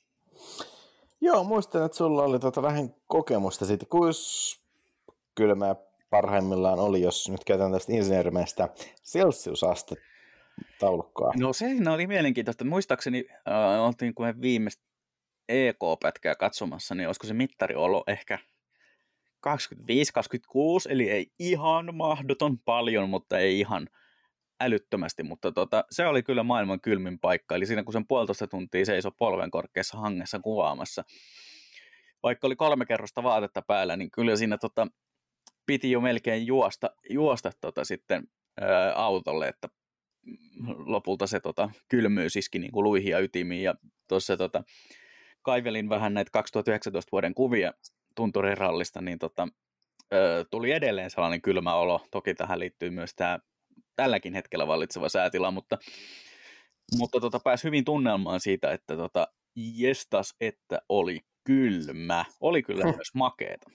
[SPEAKER 2] Joo, muistan, että sulla oli tota vähän kokemusta siitä, kuinka kylmää parhaimmillaan oli, jos nyt käytetään tästä insinöörimäistä celsiusaste taulukkoa.
[SPEAKER 1] No se oli mielenkiintoista. Muistaakseni äh, oltiin, kun me viimeistä E K-pätkää katsomassa, niin olisiko se mittari ollut ehkä kaksikymmentäviisi kaksikymmentäkuusi, eli ei ihan mahdoton paljon, mutta ei ihan älyttömästi, mutta tota, se oli kyllä maailman kylmin paikka, eli siinä kun sen puolitoista tuntia seisoi polven korkeassa hangessa kuvaamassa, vaikka oli kolme kerrosta vaatetta päällä, niin kyllä siinä tota, piti jo melkein juosta, juosta tota sitten ää, autolle, että lopulta se tota, kylmyys iski niin kuin luihin ja ytimiin, ja tuossa tota, kaivelin vähän näitä kaksituhattayhdeksäntoista vuoden kuvia tunturirallista, niin tota, ää, tuli edelleen sellainen kylmä olo. Toki tähän liittyy myös tämä tälläkin hetkellä vallitseva säätila, mutta, mutta tota, pääsi hyvin tunnelmaan siitä, että tota, jestas, että oli kylmä. Oli kyllä hmm. myös makeeta.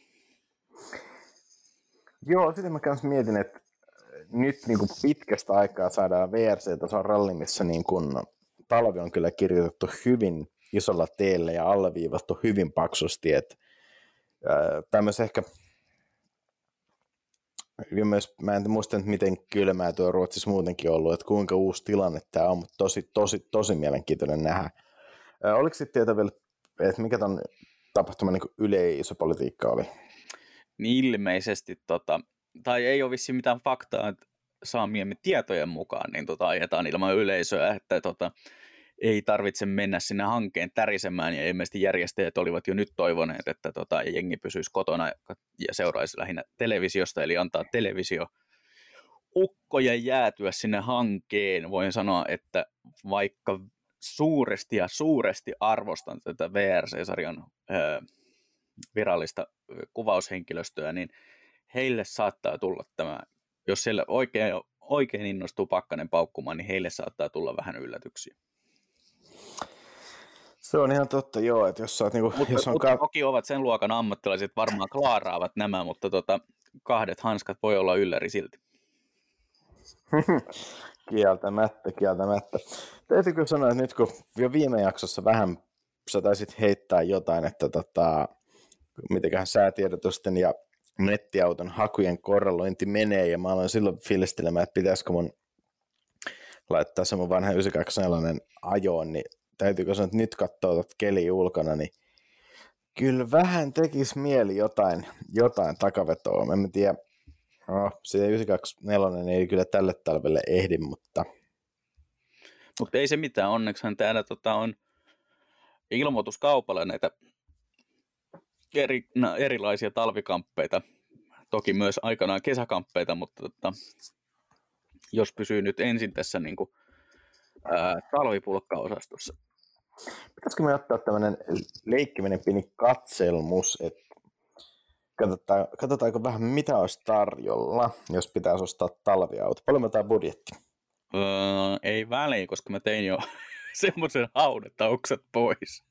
[SPEAKER 2] Joo, sitten mä kanssa mietin, että nyt niin kuin pitkästä aikaa saadaan V R C-tason ralli, missä niin kuin talvi on kyllä kirjoitettu hyvin isolla teellä ja alleviivattu hyvin paksusti. Että, ää, tämmöisen ehkä myös, mä en muista, miten kylmää tuo Ruotsissa muutenkin ollut, että kuinka uusi tilanne tämä on, mutta tosi, tosi, tosi mielenkiintoinen nähdä. Ää, oliko sitten tietää vielä, että mikä ton tapahtuman niin yleisopolitiikka oli?
[SPEAKER 1] Niin ilmeisesti, tota, tai ei ole vissiin mitään faktaa, että saamiemme tietojen mukaan niin tota, ajetaan ilman yleisöä, että tota, ei tarvitse mennä sinne hankkeen tärisemään, ja ilmeisesti järjestäjät olivat jo nyt toivoneet, että tota, jengi pysyisi kotona ja seuraisi lähinnä televisiosta, eli antaa televisio ukkojen jäätyä sinne hankkeen. Voin sanoa, että vaikka suuresti ja suuresti arvostan tätä V R C-sarjan öö, virallista kuvaushenkilöstöä, niin heille saattaa tulla tämä, jos siellä oikein, oikein innostuu Pakkanen paukkumaan, niin heille saattaa tulla vähän yllätyksiä.
[SPEAKER 2] Se on ihan totta, joo, että jos sä oot niinku...
[SPEAKER 1] Mutta,
[SPEAKER 2] jos on
[SPEAKER 1] mutta
[SPEAKER 2] ka-
[SPEAKER 1] toki ovat sen luokan ammattilaiset, varmaan klaaraavat nämä, mutta tota, kahdet hanskat voi olla ylläri silti.
[SPEAKER 2] Kieltämättä, kieltämättä. Täytyykö sanoa, että nyt kun jo viime jaksossa vähän sä taisit heittää jotain, että tota, mitenköhän säätiedotusten ja nettiauton hakujen korrelointi menee, ja mä aloin silloin fiilistelemään, että pitäisikö mun laittaa se mun vanha yhdeksänsataakahdeksankymmentäneljä ajoon, niin täytyykö sanoa, että nyt katsoo tuota keliä ulkona, niin Kyllä vähän tekisi mieli jotain, jotain takavetoa. Mä en tiedä, no, se yhdeksänsataakaksikymmentäneljä ei kyllä tälle talvelle ehdi, mutta...
[SPEAKER 1] Mutta ei se mitään, onneksihan täällä tota, on ilmoituskaupalla näitä eri, no, erilaisia talvikamppeita. Toki myös aikanaan kesäkamppeita, mutta tota, jos pysyy nyt ensin tässä niin kuin, ää, talvipulkkaosastossa.
[SPEAKER 2] Pitäisikö me ottaa tämmöinen leikkiminen pieni katselmus, että katsotaan, katsotaanko vähän mitä olisi tarjolla, jos pitäisi ostaa talviauto. Paljon me tämä budjetti?
[SPEAKER 1] Öö, ei väliin, koska mä tein jo semmoisen haudetaukset pois.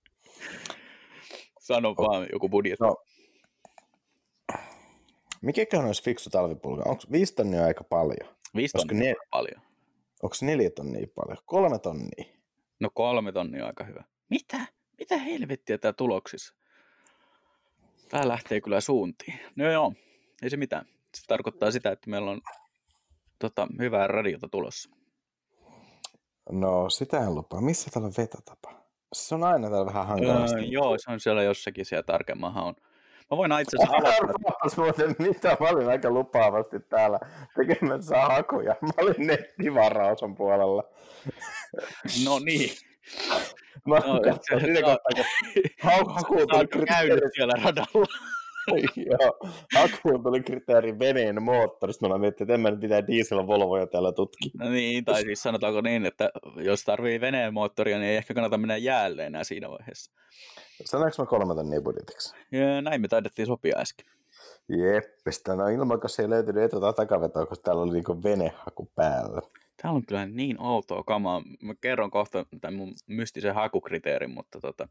[SPEAKER 1] Sano oh. vaan joku budjetti. No.
[SPEAKER 2] Mikäkään olisi fiksu talvipulka? Onko viisi tonnia aika paljon?
[SPEAKER 1] Viisi tonnia ne... paljon.
[SPEAKER 2] Onko neljä tonnia paljon? Kolme tonnia?
[SPEAKER 1] No kolme tonnia aika hyvä. Mitä? Mitä helvettiä tää tuloksissa? Tää lähtee kyllä suuntiin. No joo, ei se mitään. Se tarkoittaa sitä, että meillä on tota, hyvää radiota tulossa.
[SPEAKER 2] No sitä en lupaa. Missä täällä on vetotapa? Se on aina täällä vähän hankalasti.
[SPEAKER 1] Öö, joo, se on siellä jossakin siellä tarkemmahan on. Mä voin itse asiassa aloittaa.
[SPEAKER 2] Muuten, mitä? Mä olin aika lupaavasti täällä tekemässä hakuja. Mä olin nettivaraosan puolella.
[SPEAKER 1] No niin.
[SPEAKER 2] Mä no, katsoin sitä kohtaa, kun hakuun tuli kriteeri
[SPEAKER 1] siellä radalla.
[SPEAKER 2] Joo, hakuun tuli kriteeri veneen moottorista. Mä miettii, että en mä nyt mitään diesel-volvoja täällä tutki.
[SPEAKER 1] No niin, tai siis sanotaanko niin, että jos tarvii veneen moottoria, niin ei ehkä kannata mennä jäälle enää siinä vaiheessa.
[SPEAKER 2] Sanoinko mä kolme tonnia budjetiksi?
[SPEAKER 1] Ja näin me taidettiin sopia äsken.
[SPEAKER 2] Jeppistä, no ilman, kun se ei löytynyt etuta takavetoa, koska täällä oli niinku venehaku päällä.
[SPEAKER 1] Täällä on kyllä niin outoa kamaa. Mä kerron kohta tämän mun mystisen hakukriteerin, mutta tota...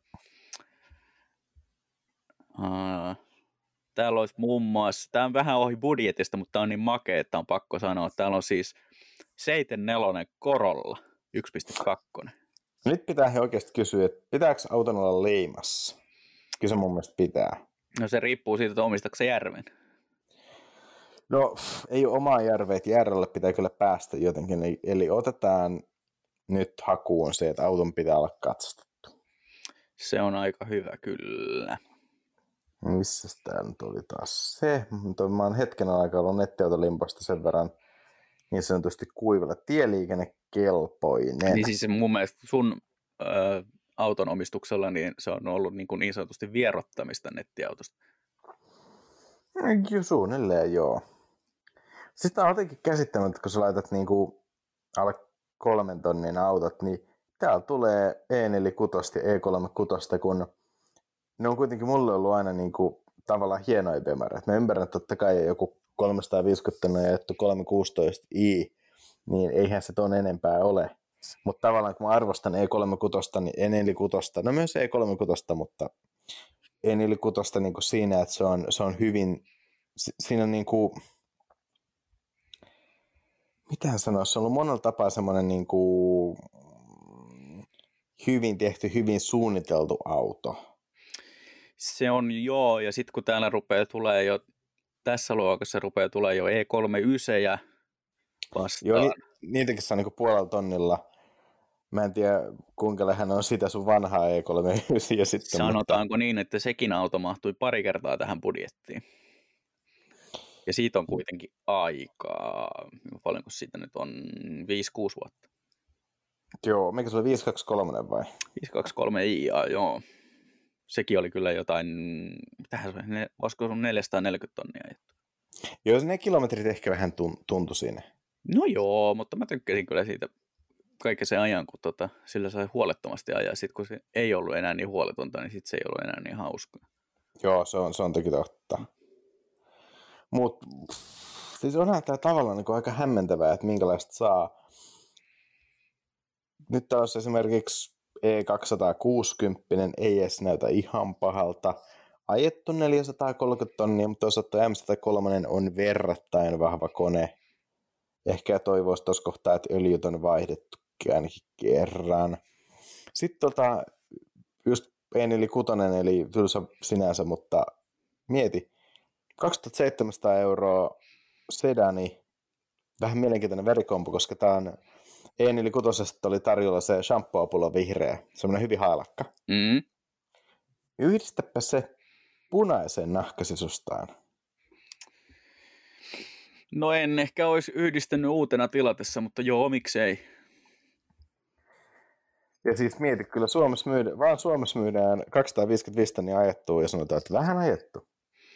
[SPEAKER 1] Uh, täällä olisi muun muassa, tää on vähän ohi budjetista, mutta tää on niin makea, että on pakko sanoa. Täällä on siis seitsemänkymmentäneljä Corolla yksi pilkku kaksi.
[SPEAKER 2] Nyt pitää he oikeasti kysyä, että pitääkö auton olla leimassa? Kyllä se mun mielestä pitää.
[SPEAKER 1] No se riippuu siitä, että omistatko se järven.
[SPEAKER 2] No ei ole omaa järveä, että järvelle pitää kyllä päästä jotenkin. Eli otetaan nyt hakuun se, että auton pitää olla katsastettu.
[SPEAKER 1] Se on aika hyvä kyllä.
[SPEAKER 2] Missäs tää nyt oli taas se? Mä oon hetken aikaa ollut nettiautolimpoista sen verran niin sanotusti kuivalla. Tieliikennekelpoinen.
[SPEAKER 1] Niin siis mun mielestä sun ö, auton omistuksella niin se on ollut niin, kuin niin sanotusti vierottamista nettiautosta.
[SPEAKER 2] Joo, suunnilleen joo. Sitten on jotenkin käsittämättä, kun sä laitat niinku alle kolmen tonnin autot, niin täällä tulee E neljä kuusi ja E kolme kuusi, kun ne on kuitenkin mulle ollut aina niinku tavallaan hienoja bemereitä. Mä ymmärrän, että totta kai joku kolmesataaviisikymmentä tonnia ja kolme kuusitoista i, niin eihän se ton enempää ole. Mutta tavallaan kun mä arvostan E kolme kuusi, niin E neljä kuusi, no myös E kolme kuusi, mutta E neljä kuusi niin siinä, että se on, se on hyvin, siinä on niin kuin, mitähän sanoa, se on ollut monella tapaa semmoinen niin kuin hyvin tehty, hyvin suunniteltu auto.
[SPEAKER 1] Se on joo, ja sitten kun täällä rupeaa tulee jo, tässä luokassa rupeaa tulee jo E kolmekymmentäyhdeksän vastaan.
[SPEAKER 2] Joo, ni, niitäkin saa niin puolella tonnilla. Mä en tiedä, kuinka lähellä on sitä sun vanhaa E kolmekymmentäyhdeksän. Ja sitten,
[SPEAKER 1] sanotaanko
[SPEAKER 2] mutta...
[SPEAKER 1] niin, että sekin auto mahtui pari kertaa tähän budjettiin. Ja siitä on kuitenkin aikaa, paljonko siitä nyt on, viisi kuusi vuotta.
[SPEAKER 2] Joo, mikä se oli viisi kaksi kolme vai?
[SPEAKER 1] viisi kaksi kolme i, joo. Sekin oli kyllä jotain, mitähän se oli, olisiko sun neljäsataaneljäkymmentä tonnia ajettu?
[SPEAKER 2] Joo, ne kilometrit ehkä vähän tuntui siinä.
[SPEAKER 1] No joo, mutta mä tykkäsin kyllä siitä kaiken sen ajan, kun tota, sillä sai huolettomasti ajaa. Sitten kun se ei ollut enää niin huoletonta, niin sitten se ei ollut enää niin hauskaa.
[SPEAKER 2] Joo, se on, se on toki totta. Mutta siis onhan tämä tavallaan niin aika hämmentävää, että minkälaista saa. Nyt taas esimerkiksi E kaksisataakuusikymmentä ei edes näytä ihan pahalta. Ajettu neljäsataakolmekymmentä tonnia, mutta toisaalta M sata kolme on verrattain vahva kone. Ehkä toivoisi tuossa kohtaa, että öljyt on vaihdettu ainakin kerran. Sitten tota, just E neljä kuusi, eli tylsä sinänsä, mutta mieti. kaksituhattaseitsemänsataa euroa sedani, vähän mielenkiintoinen värikompo, koska tämä on E neljä kuusi oli tarjolla se shampoo-pullo vihreä, semmoinen hyvin hailakka.
[SPEAKER 1] Mm.
[SPEAKER 2] Yhdistäpä se punaiseen nahkasisustaan.
[SPEAKER 1] No en ehkä olisi yhdistänyt uutena tilatessa, mutta joo, miksei.
[SPEAKER 2] Ja siis mieti, kyllä Suomessa myydään, vaan Suomessa myydään kaksisataaviisikymmentäviisi tonnia ajettua ja sanotaan, että vähän ajettu.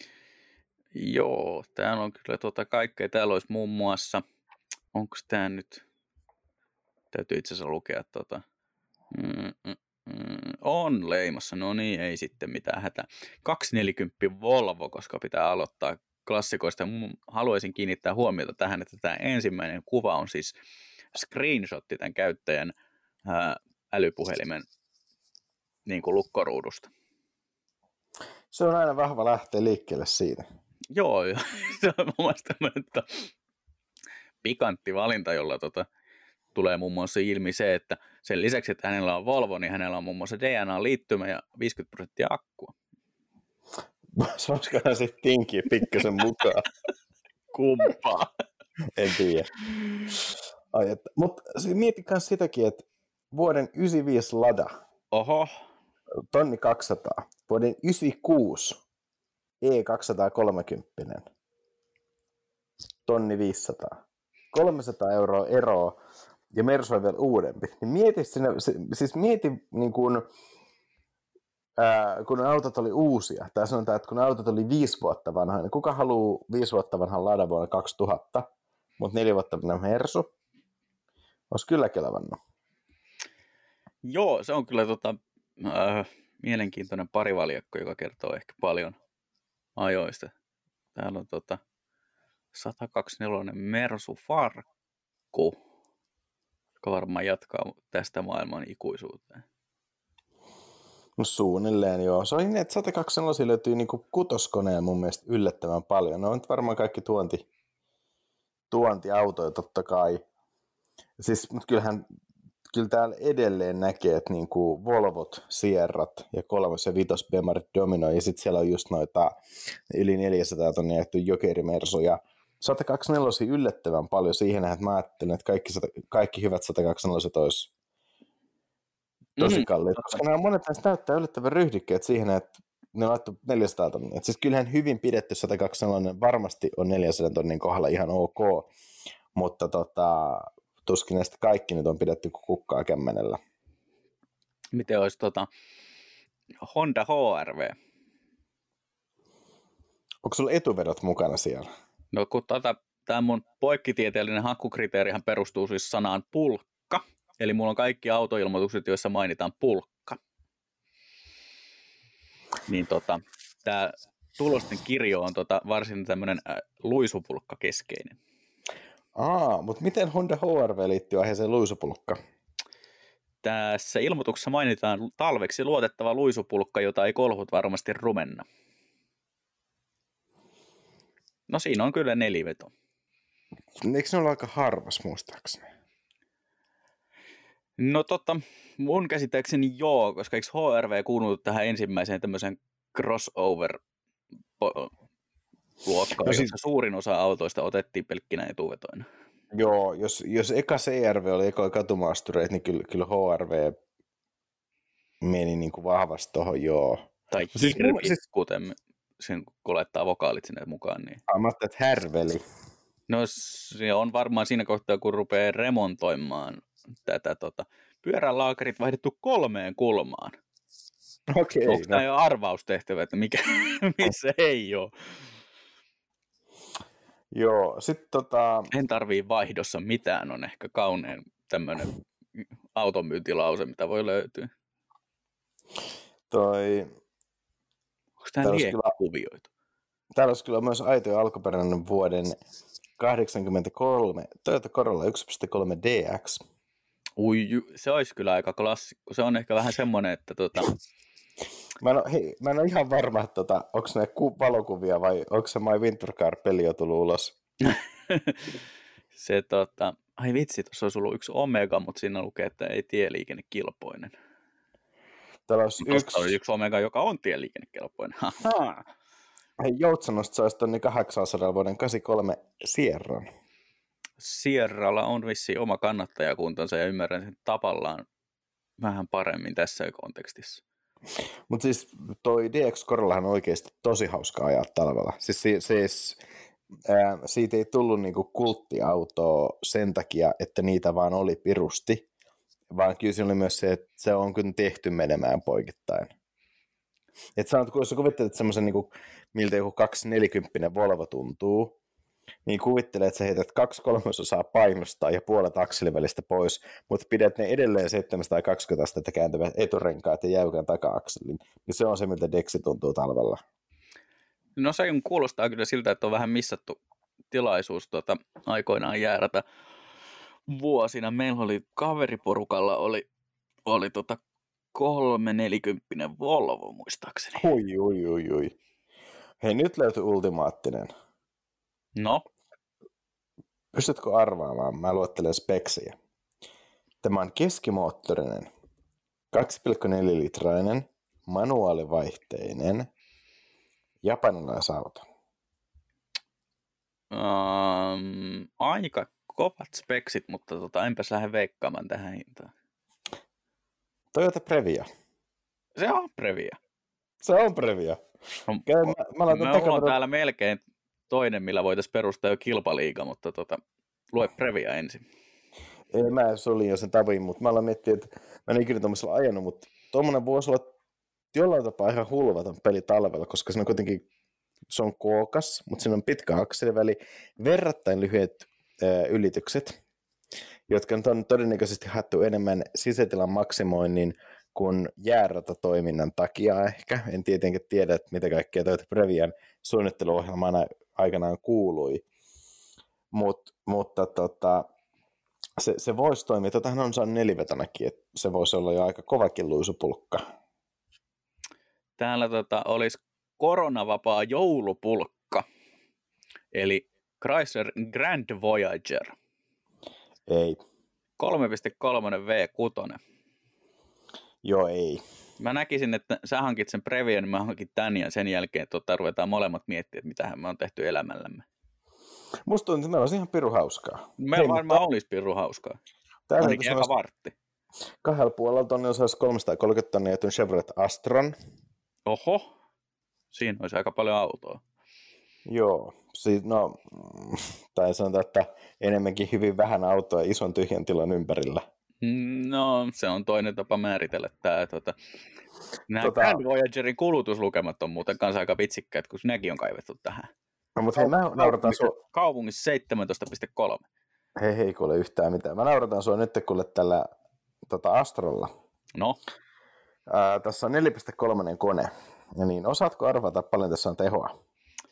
[SPEAKER 1] Joo, täällä on kyllä tuota kaikkea. Täällä olisi muun muassa, onko tämä nyt, täytyy itse asiassa lukea tuota. Mm, mm, mm, on leimassa, no niin, ei sitten mitään hätää. kaksisataaneljäkymmentä Volvo, koska pitää aloittaa klassikoista. Haluaisin kiinnittää huomiota tähän, että tämä ensimmäinen kuva on siis screenshotti tämän käyttäjän ää, älypuhelimen niin kuin lukkoruudusta.
[SPEAKER 2] Se on aina vahva lähteä liikkeelle siitä.
[SPEAKER 1] Joo, se on mun mielestä tämmöinen pikantti valinta, jolla tota, tulee muun muassa ilmi se, että sen lisäksi, että hänellä on Volvo, niin hänellä on muun muassa D N A-liittymä ja viisikymmentä prosenttia akkua.
[SPEAKER 2] Olisikohan sitten tinkiä pikkasen mukaan?
[SPEAKER 1] Kumpaa?
[SPEAKER 2] En tiedä. Mutta mieti myös sitäkin, että vuoden yhdeksänkymmentäviisi Lada,
[SPEAKER 1] Oho.
[SPEAKER 2] tonni kaksisataa, vuoden yhdeksänkymmentäkuusi E kaksisataakolmekymmentä, tonni viisisataa, kolmesataa euroa eroa ja Mersu on vielä uudempi. Niin mieti, sinne, siis mieti niin kun, ää, kun autot oli uusia, tai sanotaan, että kun autot oli viisi vuotta vanha, niin kuka haluaa viisi vuotta vanhan Lada vuonna kaksituhatta, mutta neljä vuotta vanha Mersu? Olisi kyllä kelvannut.
[SPEAKER 1] Joo, se on kyllä tota, äh, mielenkiintoinen parivaljakko, joka kertoo ehkä paljon ajoista. Täällä on tota, sata kaksikymmentäneljä Mersu Farkku, joka varmaan jatkaa tästä maailman ikuisuuteen.
[SPEAKER 2] No suunnilleen joo. Se on niin, että sata kaksikymmentäneljä löytyy niinku kutoskoneen mun mielestä yllättävän paljon. Ne on nyt varmaan kaikki tuonti, tuontiautoja totta kai. Siis, mutta kyllähän kyllä täällä edelleen näkee, että niinku Volvot, Sierrat ja kolmas ja vitos Bemarit dominoi. Ja sitten siellä on just noita yli neljäsataa tonnia jätty jokerimersuja. sata kaksikymmentäneljä yllättävän paljon siihen, että mä ajattelin, että kaikki, kaikki hyvät sata kaksikymmentäneljä olisi tosi kalliit, mm, koska nämä monet näistä näyttää yllättävän ryhdikkeet siihen, että ne on laittu neljäsataa tonnia. Et siis kyllähän hyvin pidetty sata kaksikymmentäneljä varmasti on neljäsataa tonnin kohdalla ihan ok, mutta tota, tuskin näistä kaikki nyt on pidetty kuin kukkaa kämmenellä.
[SPEAKER 1] Miten olisi tota Honda H R V?
[SPEAKER 2] Onko sulla etuvedot mukana siellä?
[SPEAKER 1] No kun tota, tämä mun poikkitieteellinen hakukriteerihan perustuu siis sanaan pulkka. Eli mulla on kaikki autoilmoitukset, joissa mainitaan pulkka. Niin tota, tämä tulosten kirjo on tota varsin tämmöinen äh, luisupulkka keskeinen.
[SPEAKER 2] Aa, mutta miten Honda H R V liittyy aiheeseen luisupulkka?
[SPEAKER 1] Tässä ilmoituksessa mainitaan talveksi luotettava luisupulkka, jota ei kolhut varmasti rumenna. No siinä on kyllä neliveto.
[SPEAKER 2] Eikö ne ole aika harvas muistaakseni?
[SPEAKER 1] No totta, mun käsittääkseni joo, koska eikö H R V kuulunut tähän ensimmäiseen tämmöiseen crossover-luokkaan, no, siis jossa suurin osa autoista otettiin pelkkinä etuvetoina.
[SPEAKER 2] Joo, jos, jos eka C R V oli eka katumaastureita, niin kyllä, kyllä H R V meni niin kuin vahvasti tuohon, joo.
[SPEAKER 1] Tai
[SPEAKER 2] siis,
[SPEAKER 1] hirvi,
[SPEAKER 2] siis,
[SPEAKER 1] kuten sen kolettaa vokaalit sinne mukaan. Niin.
[SPEAKER 2] Mä ajattelin, että härveli.
[SPEAKER 1] No se on varmaan siinä kohtaa, kun rupeaa remontoimaan tätä tota, pyörälaakerit vaihdettu kolmeen kulmaan.
[SPEAKER 2] Okei.
[SPEAKER 1] Onko
[SPEAKER 2] no.
[SPEAKER 1] tämä jo arvaustehtävä, että mikä, missä ei ole?
[SPEAKER 2] Joo, sitten tota...
[SPEAKER 1] En tarvii vaihdossa mitään, on ehkä kaunein tämmöinen automyyntilause, mitä voi löytyä.
[SPEAKER 2] Toi...
[SPEAKER 1] Onko tämä liekkuvioitu?
[SPEAKER 2] Täällä olisi kyllä myös aito ja alkuperäinen vuoden kahdeksankymmentäkolme Toyota Corolla yksi pilkku kolme D X.
[SPEAKER 1] Ui, se olisi kyllä aika klassikko. Se on ehkä vähän semmoinen, että tota...
[SPEAKER 2] Mä en ole, hei, mä en ole ihan varma, että tota, onko ne ku- valokuvia vai onko se My Winter Car-peli jo tullut ulos.
[SPEAKER 1] Se tota... Ai vitsi, tuossa olisi ollut yksi Omega, mutta siinä lukee, että ei tieliikennekelpoinen.
[SPEAKER 2] Täällä olisi yksi...
[SPEAKER 1] on yksi Omega, joka on tieliikennekelpoinen.
[SPEAKER 2] Hei, Joutsanosta saisi tonni kahdeksansataa vuoden kahdeksankymmentäkolme Sierran.
[SPEAKER 1] Sierralla on vissiin oma kannattajakuntansa ja ymmärrän sen tapallaan vähän paremmin tässä kontekstissa.
[SPEAKER 2] Mutta siis toi D X Corollahan on oikeasti tosi hauska ajaa talvella. Siis, siis ää, siitä ei tullut niinku kulttiautoa sen takia, että niitä vaan oli pirusti, vaan kyllä se oli myös se, että se on kyllä tehty menemään poikittain. Että sanot, kun sä kuvittelet semmoisen, niinku, miltä joku kaksisataaneljäkymmentä Volvo tuntuu, niin kuvittelee, että sä heität kaksi kolmasosaa painosta ja puolet akselivälistä pois, mutta pidät ne edelleen seitsemänsataakaksikymmentä astetta kääntyvät eturenkaat ja jäykän taka-akselin. Niin se on se, miltä Dexi tuntuu talvella.
[SPEAKER 1] No se kuulostaa kyllä siltä, että on vähän missattu tilaisuus tuota, aikoinaan jäärätä vuosina. Meillä oli kaveriporukalla oli, oli tota kolme nelikymppinen Volvo muistaakseni.
[SPEAKER 2] Ui, ui, ui, ui. Hei, nyt löytyi ultimaattinen.
[SPEAKER 1] No?
[SPEAKER 2] Pystytkö arvaamaan? Mä luettelen speksiä. Tämä on keskimoottorinen, kaksi pilkku neljä litrainen, manuaalivaihteinen, japanilaisauto.
[SPEAKER 1] Um, aika kovat speksit, mutta tota, enpäs lähde veikkaamaan tähän hintaan.
[SPEAKER 2] Toyota Previa.
[SPEAKER 1] Se on Previa.
[SPEAKER 2] Se on Previa.
[SPEAKER 1] No,
[SPEAKER 2] Käy, mä, mä laitan
[SPEAKER 1] me
[SPEAKER 2] takaperin...
[SPEAKER 1] on täällä melkein toinen, millä voitaisiin perustaa jo kilpaliiga, mutta tota, lue Previa ensin.
[SPEAKER 2] Ei, mä solin jo sen tavoin, mutta mä aloin miettiä, että mä en ikinä tuollaisella ajanut, mutta tuommoinen voisi olla jollain tapaa ihan hulvaton peli talvella, koska se on kuitenkin, se on kookas, mutta siinä on pitkä akseliväli, verrattain lyhyet ää, ylitykset, jotka on todennäköisesti haettu enemmän sisätilan maksimoinnin kuin jääratatoiminnan takia ehkä. En tietenkään tiedä, että mitä kaikkea Toyota Previan suunnitteluohjelmana aikanaan kuului, Mut, mutta tota, se, se voisi toimia. Totahan on saanut nelivetonakin, että se voisi olla jo aika kovakin luisupulkka.
[SPEAKER 1] Täällä tota, olisi koronavapaa joulupulkka, eli Chrysler Grand Voyager.
[SPEAKER 2] Ei.
[SPEAKER 1] kolme pilkku kolme V kuusi.
[SPEAKER 2] Joo, ei.
[SPEAKER 1] Mä näkisin, että sä hankit sen Previan, niin mä hankin tän ja sen jälkeen tota, ruvetaan molemmat miettiä, että mitähän me on tehty elämällämme.
[SPEAKER 2] Musta tuntuu, että meillä olisi ihan piru hauskaa.
[SPEAKER 1] Meillä varmaan mutta... olisi piru hauskaa. Ainakin aika vartti.
[SPEAKER 2] Kahdella puolella tonnilla saisi kolmesataakolmekymmentä tonnia tuon Chevrolet Astron.
[SPEAKER 1] Oho, siinä olisi aika paljon autoa.
[SPEAKER 2] Joo, siis no, tai sanotaan, että enemmänkin hyvin vähän autoa ison tyhjän tilan ympärillä.
[SPEAKER 1] No, se on toinen tapa määritellä tämä. Tuota, nämä tota... Grand Voyagerin kulutuslukemat on muuten kanssa aika vitsikkäät, kun nekin on kaivettu tähän.
[SPEAKER 2] No, mutta hei, mä naurataan sua...
[SPEAKER 1] Kaupungissa seitsemäntoista pilkku kolme.
[SPEAKER 2] Hei, hei, kuule yhtään mitään. Mä naurataan sua nyt kuule tällä tota Astrolla.
[SPEAKER 1] No?
[SPEAKER 2] Ää, tässä on neljä pilkku kolme kone. Ja niin, osaatko arvata, paljon tässä on tehoa?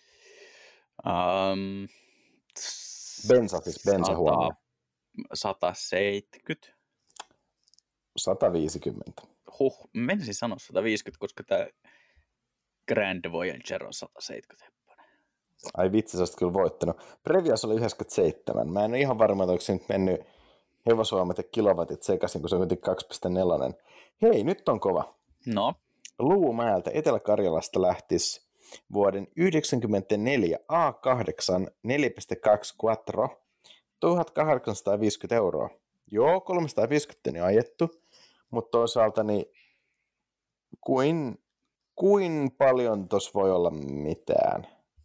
[SPEAKER 1] Um,
[SPEAKER 2] bensa, siis bensa huomioon.
[SPEAKER 1] sata seitsemänkymmentä.
[SPEAKER 2] sata viisikymmentä.
[SPEAKER 1] Huh, menisin sanoa sata viisikymmentä, koska tämä Grand Voyager on sata seitsemänkymmentä.
[SPEAKER 2] Ai vitsi, sä olisit kyllä voittanut. Previas oli yhdeksänkymmentäseitsemän. Mä en ole ihan varma, että onko se nyt mennyt hevosvoimat ja kilowatit sekaisin, kun se on kuitenkin kaksi pilkku neljä. Hei, nyt on kova.
[SPEAKER 1] No?
[SPEAKER 2] Luumäeltä Etelä-Karjalasta lähtisi vuoden yhdeksänkymmentäneljä A kahdeksan neljä pilkku kaksi Quattro tuhatkahdeksansataaviisikymmentä euroa. Joo, kolmesataaviisikymmentä on ajettu, mutta toisaalta niin kuin, kuin paljon tuossa voi olla mitään?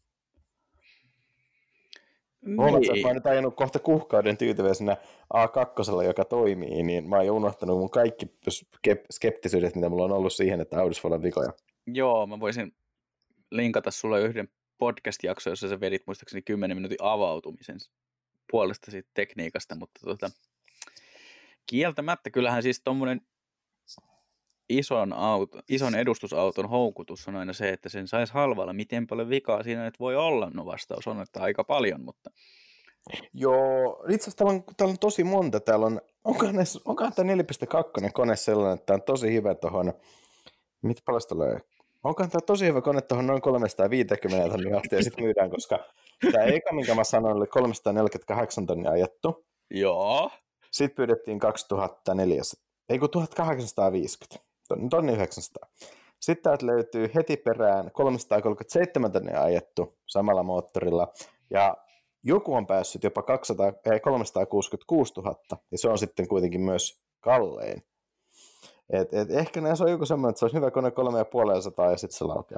[SPEAKER 2] Niin. Huomaatko, että mä oon nyt ajanut kohta kuukauden tyytyväisenä A kaksi, joka toimii, niin mä oon jo unohtanut mun kaikki skeptisyydet, mitä mulla on ollut siihen, että Audissa voi olla vikoja.
[SPEAKER 1] Joo, mä voisin linkata sulle yhden podcast-jakson, jossa sä vedit muistaakseni kymmenen minuutin avautumisen puolesta siitä tekniikasta, mutta tota, kieltämättä kyllähän siis tommonen ison, auto, ison edustusauton houkutus on aina se, että sen saisi halvalla. Miten paljon vikaa siinä nyt voi olla? No vastaus on, että aika paljon, mutta...
[SPEAKER 2] Joo, itse asiassa täällä on, täällä on tosi monta. Täällä on, onkohan, näissä, onkohan tämä neljä pilkku kaksi kone sellainen, että tämä on tosi hyvä tuohon... Mitä paljon tulee? Onkohan tämä tosi hyvä kone tuohon noin kolmesataaviisikymmentä tonnia asti ja sitten myydään, koska tämä eka, minkä mä sanoin, oli kolmesataaneljäkymmentäkahdeksan tonnia ajettu.
[SPEAKER 1] Joo.
[SPEAKER 2] Sitten pyydettiin kaksituhattaneljäsataa, ei kun tuhatkahdeksansataaviisikymmentä. Tonni yhdeksänsataa. Sitten täältä löytyy heti perään kolmesataakolmekymmentäseitsemän tonnia ajettu samalla moottorilla, ja joku on päässyt jopa kaksisataa, kolmesataakuusikymmentäkuusituhatta, ja se on sitten kuitenkin myös kallein. Et, et ehkä näissä on joku semmoinen, että se olisi hyvä kone kolme ja puoli sataa ja sitten se laukeaa.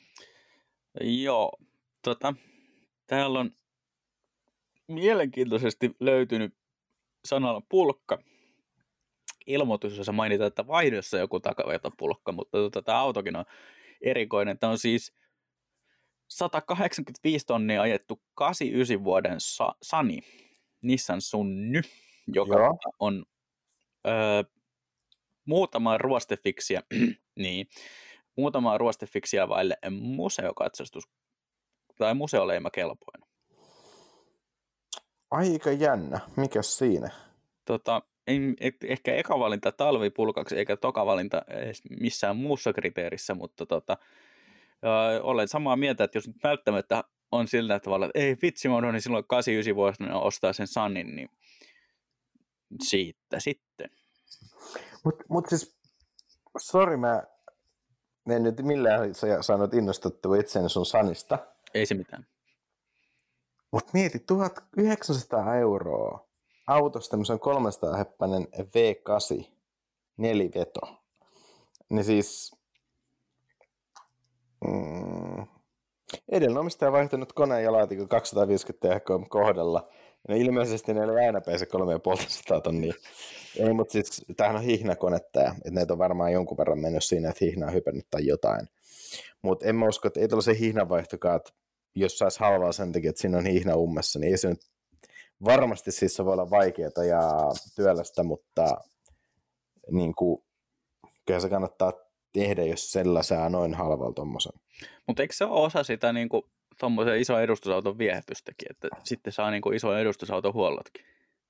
[SPEAKER 1] Joo, tota, täällä on mielenkiintoisesti löytynyt sanalla pulkka ilmoitus, jossa mainitaan, että vaihdossa joku takavetopulkka, mutta tota, tämä autokin on erikoinen. Tämä on siis sata kahdeksankymmentäviisi tonnia ajettu kahdeksankymmentäyhdeksän vuoden sa- Sani, Nissan Sunny, joka
[SPEAKER 2] Joo.
[SPEAKER 1] on öö, muutama ruostefiksiä, niin, muutama ruostefiksiä vaille museokatsastus tai museoleimakelpoinen.
[SPEAKER 2] Aika jännä. Mikäs siinä?
[SPEAKER 1] Tota, ei, ehkä eka valinta talvipulkaksi eikä toka valinta edes missään muussa kriteerissä, mutta tota, ö, olen samaa mieltä, että jos nyt välttämättä on sillä tavalla, että ei vitsi, mä niin silloin kahdeksankymmentäyhdeksän vuosina ostaa sen Sunnin, niin siitä sitten.
[SPEAKER 2] Mutta mut siis, sori mä en nyt millään sä saanut innostuttua itseäni sun Sunista.
[SPEAKER 1] Ei se mitään.
[SPEAKER 2] Mutta mieti, tuhatyhdeksänsataa euroa autossa tämmöisen kolmesataa heppainen V kahdeksan neliveto. Niin siis mm, edellinen omistaja on vaihtanut koneen ja laatikon kaksisataaviisikymmentä T H kohdalla. No ilmeisesti ne oli aina pääse kolme ja puoli tonnia. Ei, mutta siis tämähän on hihnakone tää, että näitä on varmaan jonkun verran mennyt siinä, että hihna on hypännyt tai jotain. Mutta en mä usko, että ei tuollaisen hihnanvaihtokaan, jos saisi halvaa sen takia, että siinä on hihna ummessa, niin ei se nyt varmasti siis se voi olla vaikeaa ja työlästä, mutta niin kuin, kyllä se kannattaa tehdä, jos sellä saa noin halvalla tommosen.
[SPEAKER 1] Mutta eikö se ole osa sitä niin kuin tommoisen ison edustusauton viehätystäkin, että sitten saa niin kuin ison edustusauton huollotkin?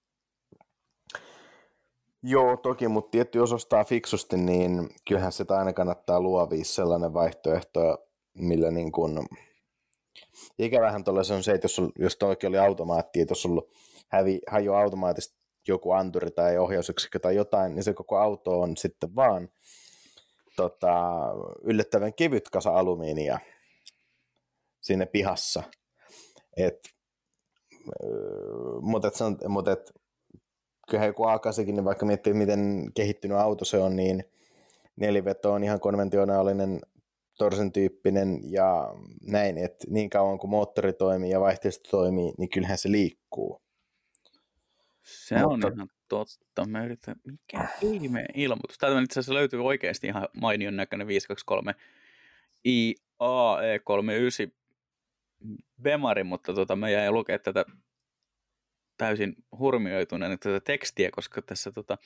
[SPEAKER 2] Joo, toki, mutta tietty jos ostaa fiksusti, niin kyllähän sitä aina kannattaa luovia sellainen vaihtoehto, millä niin kuin ikävähän tuollaisen on se, että jos, jos toikin oli automaatti, että jos sulla hävi, hajo automaattisesti joku anturi tai ohjausyksikkö tai jotain, niin se koko auto on sitten vaan tota, yllättävän kevyt kasa alumiinia siinä pihassa. Et, mutta et, mut et, kyllähän joku A kahdeksan, niin vaikka miettii, miten kehittynyt auto se on, niin neliveto on ihan konventionaalinen torsen tyyppinen ja näin, että niin kauan kuin moottori toimii ja vaihteisto toimii, niin kyllähän se liikkuu.
[SPEAKER 1] Se Mutta... on ihan totta. Mä yritän, mikä ihmeen ilmoitus. Täältä itse asiassa löytyy oikeasti ihan mainion näköinen viisi kaksi kolme I A E kolmekymmentäyhdeksän Bemari, mutta tota, mä jäin lukemaan tätä täysin hurmioituneena tätä tekstiä, koska tässä tota,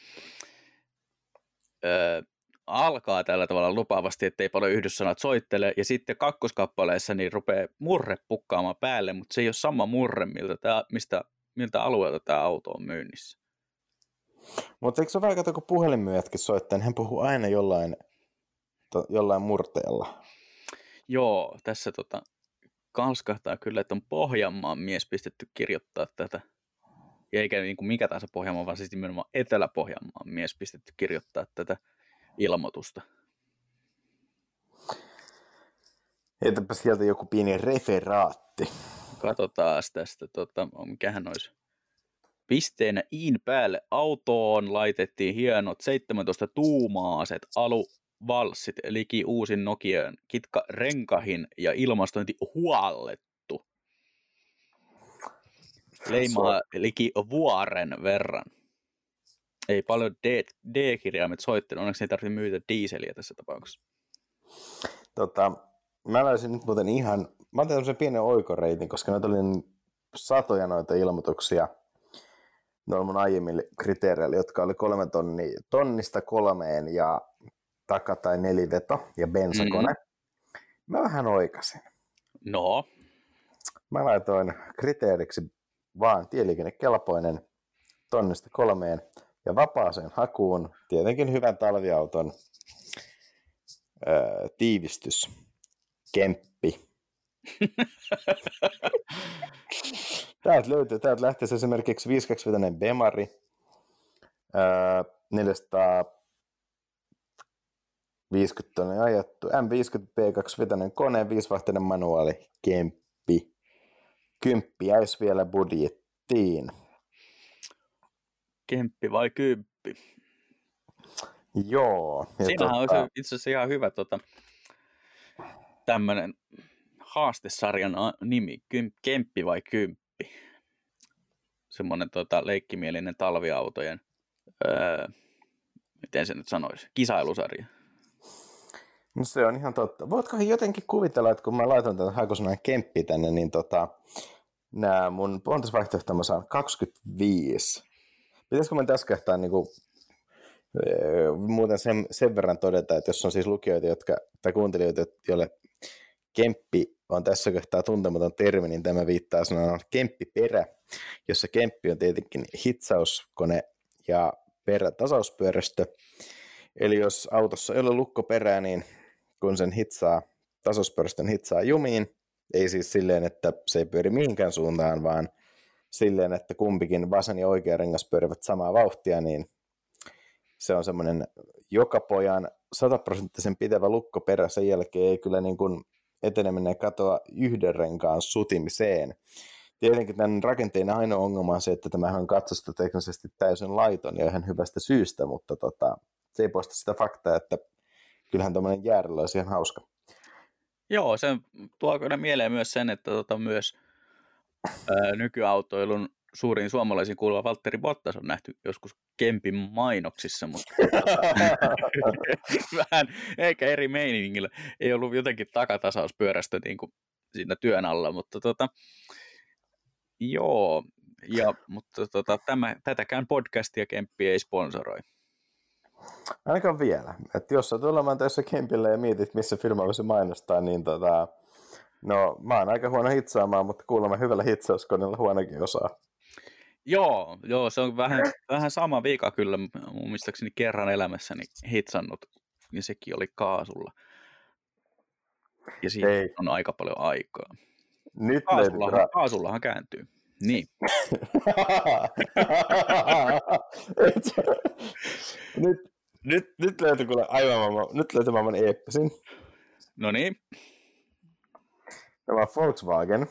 [SPEAKER 1] öö, alkaa tällä tavalla lupaavasti, ettei paljon yhdyssanat soittele, ja sitten kakkoskappaleessa niin rupeaa murre pukkaamaan päälle, mutta se ei ole sama murre, miltä, tää, mistä, miltä alueelta tämä auto on myynnissä.
[SPEAKER 2] Mutta eikö se ole vaikka, kun puhelinmyyjätkin soittaa, niin hän puhuu aina jollain, to, jollain murteella?
[SPEAKER 1] Joo, tässä tota, kalskahtaa kyllä, että on Pohjanmaan mies pistetty kirjoittaa tätä. Eikä niin kuin mikä tahansa Pohjanmaan, vaan siis nimenomaan Etelä-Pohjanmaan mies pistetty kirjoittaa tätä ilmoitusta.
[SPEAKER 2] Heitäpä sieltä joku pieni referaatti.
[SPEAKER 1] Katsotaan tästä, tota, mikähän olisi. Pisteenä iin päälle autoon laitettiin hienot seitsemäntoista tuumaaset aluvalssit, eli uusin Nokian kitka renkahin ja ilmastointi huollettu. Leimaa liki vuoren verran. Ei paljon D- D-kirjaimet soittanut, onneksi ei tarvitse myydä diiseliä tässä tapauksessa.
[SPEAKER 2] Tota, mä löysin nyt muuten ihan, mä otin tämmöisen pienen oikoreitin, koska noita oli satoja noita ilmoituksia noilla mun aiemmilla kriteereillä, jotka oli kolme tonnia, tonnista kolmeen ja taka- tai neliveto ja bensakone. Mm-hmm. Mä vähän oikasin.
[SPEAKER 1] No.
[SPEAKER 2] Mä laitoin kriteeriksi vaan tieliikennekelpoinen tonnista kolmeen ja vapaaseen hakuun tietenkin hyvän talviauton öö, tiivistys, kemppi. Täältä löytyy, täältä lähtee esimerkiksi viisi kaksi Bemari, öö, neljäsataaviisikymmentä tonnia ajettu, M viisikymmentä B kaksikymmentäviisi kone, viisivaihteinen manuaali, kemppi. Kymppi jäisi vielä budjettiin.
[SPEAKER 1] Kemppi vai kymppi?
[SPEAKER 2] Joo.
[SPEAKER 1] Siinähän tota... olisi itse asiassa ihan hyvä tota, tämmöinen haastesarjan nimi, Kemppi vai Kymppi? Semmoinen tota, leikkimielinen talviautojen, öö, miten se nyt sanoisi, kisailusarja.
[SPEAKER 2] No se on ihan totta. Voitkohan jotenkin kuvitella, että kun mä laitan tämän hakusanan Kemppi tänne, niin tota, nämä mun bonusvaihtoehtoja mä saan kaksikymmentäviisi. Pitäisikö mä tässä kohtaa niin kuin, öö, muuten sen, sen verran todeta, että jos on siis lukijoita, jotka, tai kuuntelijoita, joille Kemppi on tässä kohtaa tuntematon termi, niin tämä viittaa sanaan kemppiperä, jossa kemppi on tietenkin hitsauskone ja perä tasauspyörästö. Eli jos autossa ei ole lukkoperää, niin kun sen hitsaa, tasauspyörästön hitsaa jumiin, ei siis silleen, että se ei pyöri mihinkään suuntaan, vaan silleen, että kumpikin vasen ja oikea rengas pyörivät samaa vauhtia, niin se on semmoinen joka pojan sataprosenttisen pitävä lukkoperä. Sen jälkeen ei kyllä niin kuin eteneminen katoa yhden renkaan sutimiseen. Tietenkin tämän rakenteen ainoa ongelma on se, että tämähän on katsosta teknisesti täysin laiton ja ihan hyvästä syystä, mutta tota, se ei poista sitä faktaa, että kyllähän tämmöinen jäärellä olisi ihan hauska.
[SPEAKER 1] Joo, se tuo kyllä mieleen myös sen, että tota myös ää, nykyautoilun suurin suomalaisiin kuuluva Valtteri Bottas on nähty joskus Kempin mainoksissa, mutta vähän eikä eri meiningillä. Ei ollut jotenkin takatasauspyörästö niin kuin siinä työn alla, mutta tota, joo, ja, mutta tota, tämä, tätäkään podcastia Kemppi ei sponsoroi.
[SPEAKER 2] Ainakaan vielä. Et jos sä tulemaan tässä Kempille ja mietit, missä firma se mainostaa, niin tota, no mä oon aika huono hitsaamaan, mutta kuulemma hyvällä hitsauskoneella huonokin osaa.
[SPEAKER 1] Joo, joo, se on vähän, vähän sama vika kyllä, mun mielestäni kerran elämässäni hitsannut, ja sekin oli kaasulla. Ja siitä Ei. on aika paljon aikaa.
[SPEAKER 2] Nyt
[SPEAKER 1] kaasullahan, kaasullahan kääntyy. Niin.
[SPEAKER 2] nyt, nyt, nyt löytyi kuule aivan maailman, nyt löytyi maailman eeppisin.
[SPEAKER 1] No niin.
[SPEAKER 2] Tämä on Volkswagen.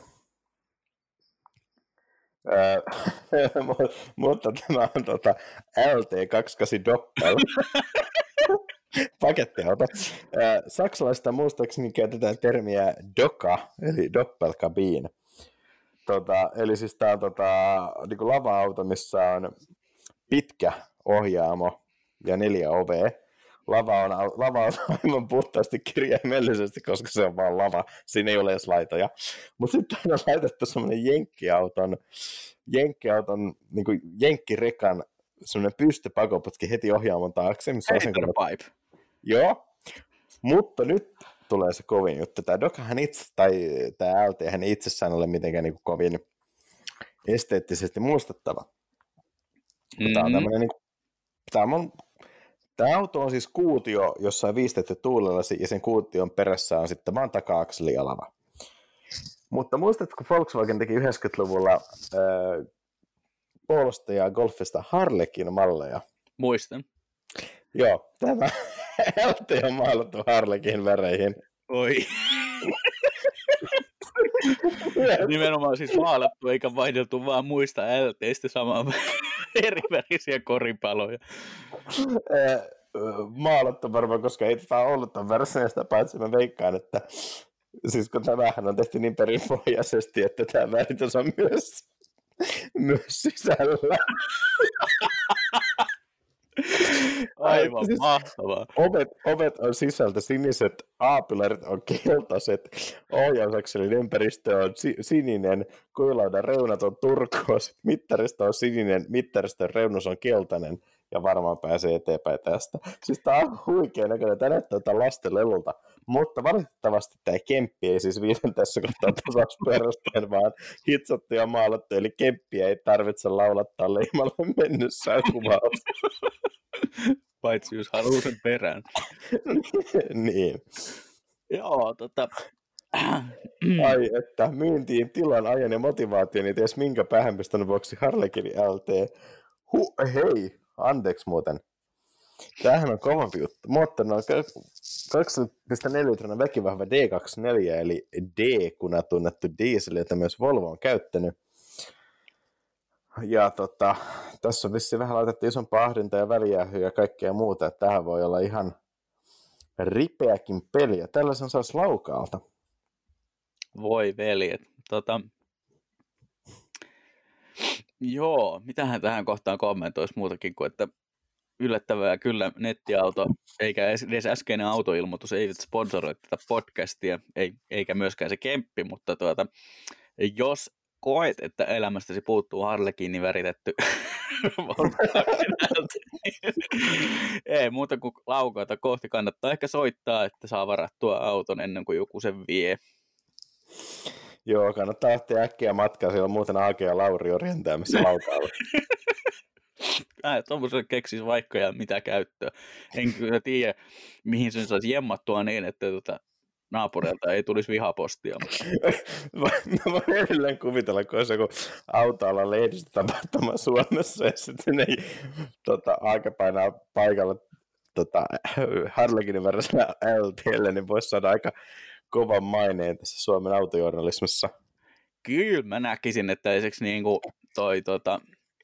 [SPEAKER 2] Mutta tämä on tota L T kaksikymmentäkahdeksan Doppel. Pakettiauto. Saksalaista muistaakseni käytetään termiä Doka, eli Doppelkabin. Tota, eli siis tämä on tota, niin lava-auto, missä on pitkä ohjaamo ja neljä ovea. Lava on, lava on aivan puhtaasti kirjaimellisesti, koska se on vaan lava. Siinä ei ole edes laitoja. Mutta sitten on laitettu semmoinen jenkkiauton, jenkkiauton niin kuin jenkkirekan semmoinen pystypakoputki heti ohjaamon taakse.
[SPEAKER 1] Haterpipe.
[SPEAKER 2] Joo, mutta nyt tulee se kovin juttu. Tämä Dokahan itse, tai tämä L T:hän ei itsessään ole mitenkään niin kuin kovin esteettisesti muistettava. Mm-hmm. Tämä on tämmöinen, niin kuin, tämä, on, tämä auto on siis kuutio, jossa on viistetty tuulilasi, ja sen kuution perässä on sitten vaan taka-akseli ja lava. Mutta muistatko, kun Volkswagen teki yhdeksänkymmentäluvulla äh, Polosta ja Golfista Harlekin malleja?
[SPEAKER 1] Muistan.
[SPEAKER 2] Joo, tämä L T on maalattu Harlekin väreihin.
[SPEAKER 1] Oi. Nimenomaan siis maalattu eikä vaihdeltu vaan muista L T:istä samaa erivärisiä koripaloja.
[SPEAKER 2] Maalattu varmaan, koska ei tätä ollut tämän versioista, paitsi mä veikkaan, että siis kun tämähän on tehty niin perinpohjaisesti, että tämä väritys on myös, myös sisällä.
[SPEAKER 1] Aivan siis mahtavaa.
[SPEAKER 2] Ovet, ovet on sisältä siniset, aapilarit on keltaiset, ohjausakselin ympäristö on si- sininen, kuilaudan reunat on turkoosit, mittarista on sininen, mittariston reunus on keltainen ja varmaan pääsee eteenpäin tästä. Siis tää on huikea näköinen, tää näyttää jotain lasten lelulta, mutta valitettavasti tämä Kemppi ei siis viiden tässä kohtaa tasauspyörästään, vaan hitsattu ja maalattu, eli Kemppiä ei tarvitse laulattaa leimalle mennessään kuvaus.
[SPEAKER 1] Paitsi jos haluaa sen perään.
[SPEAKER 2] Niin.
[SPEAKER 1] Joo, tota...
[SPEAKER 2] Ai, että myyntiin tilan, ajan ja motivaation, niin ties minkä päähänpistön vuoksi Harlekin L T. Huh, hei, anteeksi muuten. Tämähän on kovampi juttu. Moottorina on kaksi pilkku neljä litrainen väkivahva D kaksikymmentäneljä, eli D-kuna tunnettu diesel, jota myös Volvo on käyttänyt. Ja tota, tässä on vissiin vähän laitettu ison pahdinta ja välijäähyä ja kaikkea muuta, että tähän voi olla ihan ripeäkin peliä. Tällaisen saisi Laukaalta.
[SPEAKER 1] Voi veljet. Tota, joo, mitähän tähän kohtaan kommentoisi muutakin kuin, että yllättävää kyllä nettiauto, eikä edes äskeinen autoilmoitus ei sponsoroi tätä podcastia, ei, eikä myöskään se Kemppi, mutta tuota, jos koet, että elämästäsi puuttuu Harlekiinin väritetty ei muuta kuin Laukaalta kohti, kannattaa ehkä soittaa, että saa varattua auton ennen kuin joku sen vie.
[SPEAKER 2] Joo, kannattaa lähteä äkkiä matkaa, siellä on muuten Aake ja Lauri orientäämässä Laukaalla.
[SPEAKER 1] Äh, tuommoiselle keksisi vaikka ja mitä käyttöä. En kyllä tiedä, mihin sen saisi jemmattua niin, että tuota, naapureilta ei tulisi vihapostia.
[SPEAKER 2] Mä voin edelleen kuvitella, kun olisi joku autoalan lehdistötapahtuma Suomessa, ja sitten ei tota, Aake painaa paikalla tota, Harlekiinin värisellä L T:lle, niin voisi saada aika kovan maineen tässä Suomen autojournalismissa.
[SPEAKER 1] Kyllä mä näkisin, että esimerkiksi niin kuin toi tota,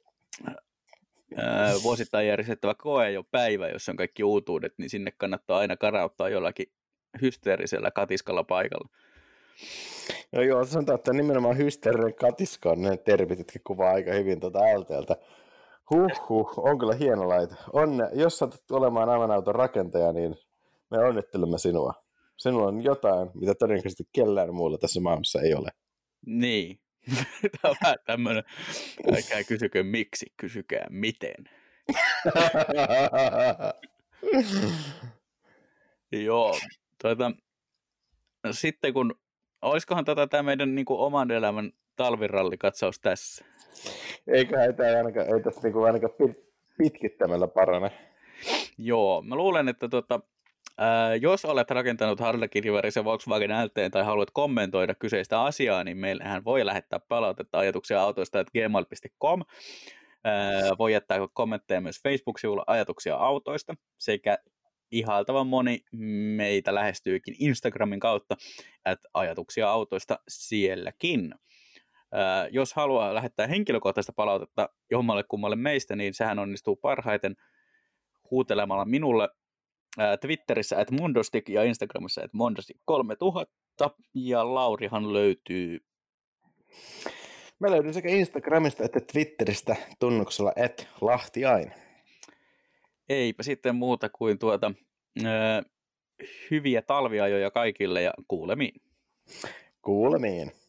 [SPEAKER 1] ää, vuosittain järjestettävä koe jo päivä, jossa on kaikki uutuudet, niin sinne kannattaa aina karauttaa jollakin hysteerisellä katiskalla paikalla.
[SPEAKER 2] No joo, sanotaan, että nimenomaan hysteerinen katiska on ne termit, jotka kuvaa aika hyvin tuota L T:ltä. Huhhuh, on kyllä hieno laite. Onne, jos satut olemaan aivan auton rakentaja, niin me onnittelemme sinua. Sinulla on jotain, mitä todennäköisesti kellään muulla tässä maailmassa ei ole.
[SPEAKER 1] Niin. Tämä on vähän tämmöinen, älkää kysykö miksi, kysykää miten. Joo, tuota, no sitten kun, olisikohan tätä tämä meidän niin kuin, oman elämän talvirallikatsaus tässä?
[SPEAKER 2] Eiköhän tämä ainakaan, ei tästä niin ainakaan pitkittämällä parane.
[SPEAKER 1] Joo, mä luulen, että tuota, ää, jos olet rakentanut Harlekin värisen Volkswagen L T tai haluat kommentoida kyseistä asiaa, niin meillähän voi lähettää palautetta ajatuksia autoista at gmail piste com. Ää, voi jättää kommentteja myös Facebook-sivulla ajatuksia autoista sekä ihailtavan moni meitä lähestyykin Instagramin kautta, että ajatuksia autoista sielläkin. Ää, jos haluaa lähettää henkilökohtaista palautetta jommalle kummalle meistä, niin sehän onnistuu parhaiten huutelemalla minulle ää, Twitterissä at Mondostik ja Instagramissa at Mondostik kolmetuhatta, ja Laurihan löytyy.
[SPEAKER 2] Mä löydyn sekä Instagramista että Twitteristä tunnuksella at Lahtiain.
[SPEAKER 1] Eipä sitten muuta kuin tuota, ää, hyviä talviajoja kaikille ja kuulemiin.
[SPEAKER 2] Kuulemiin.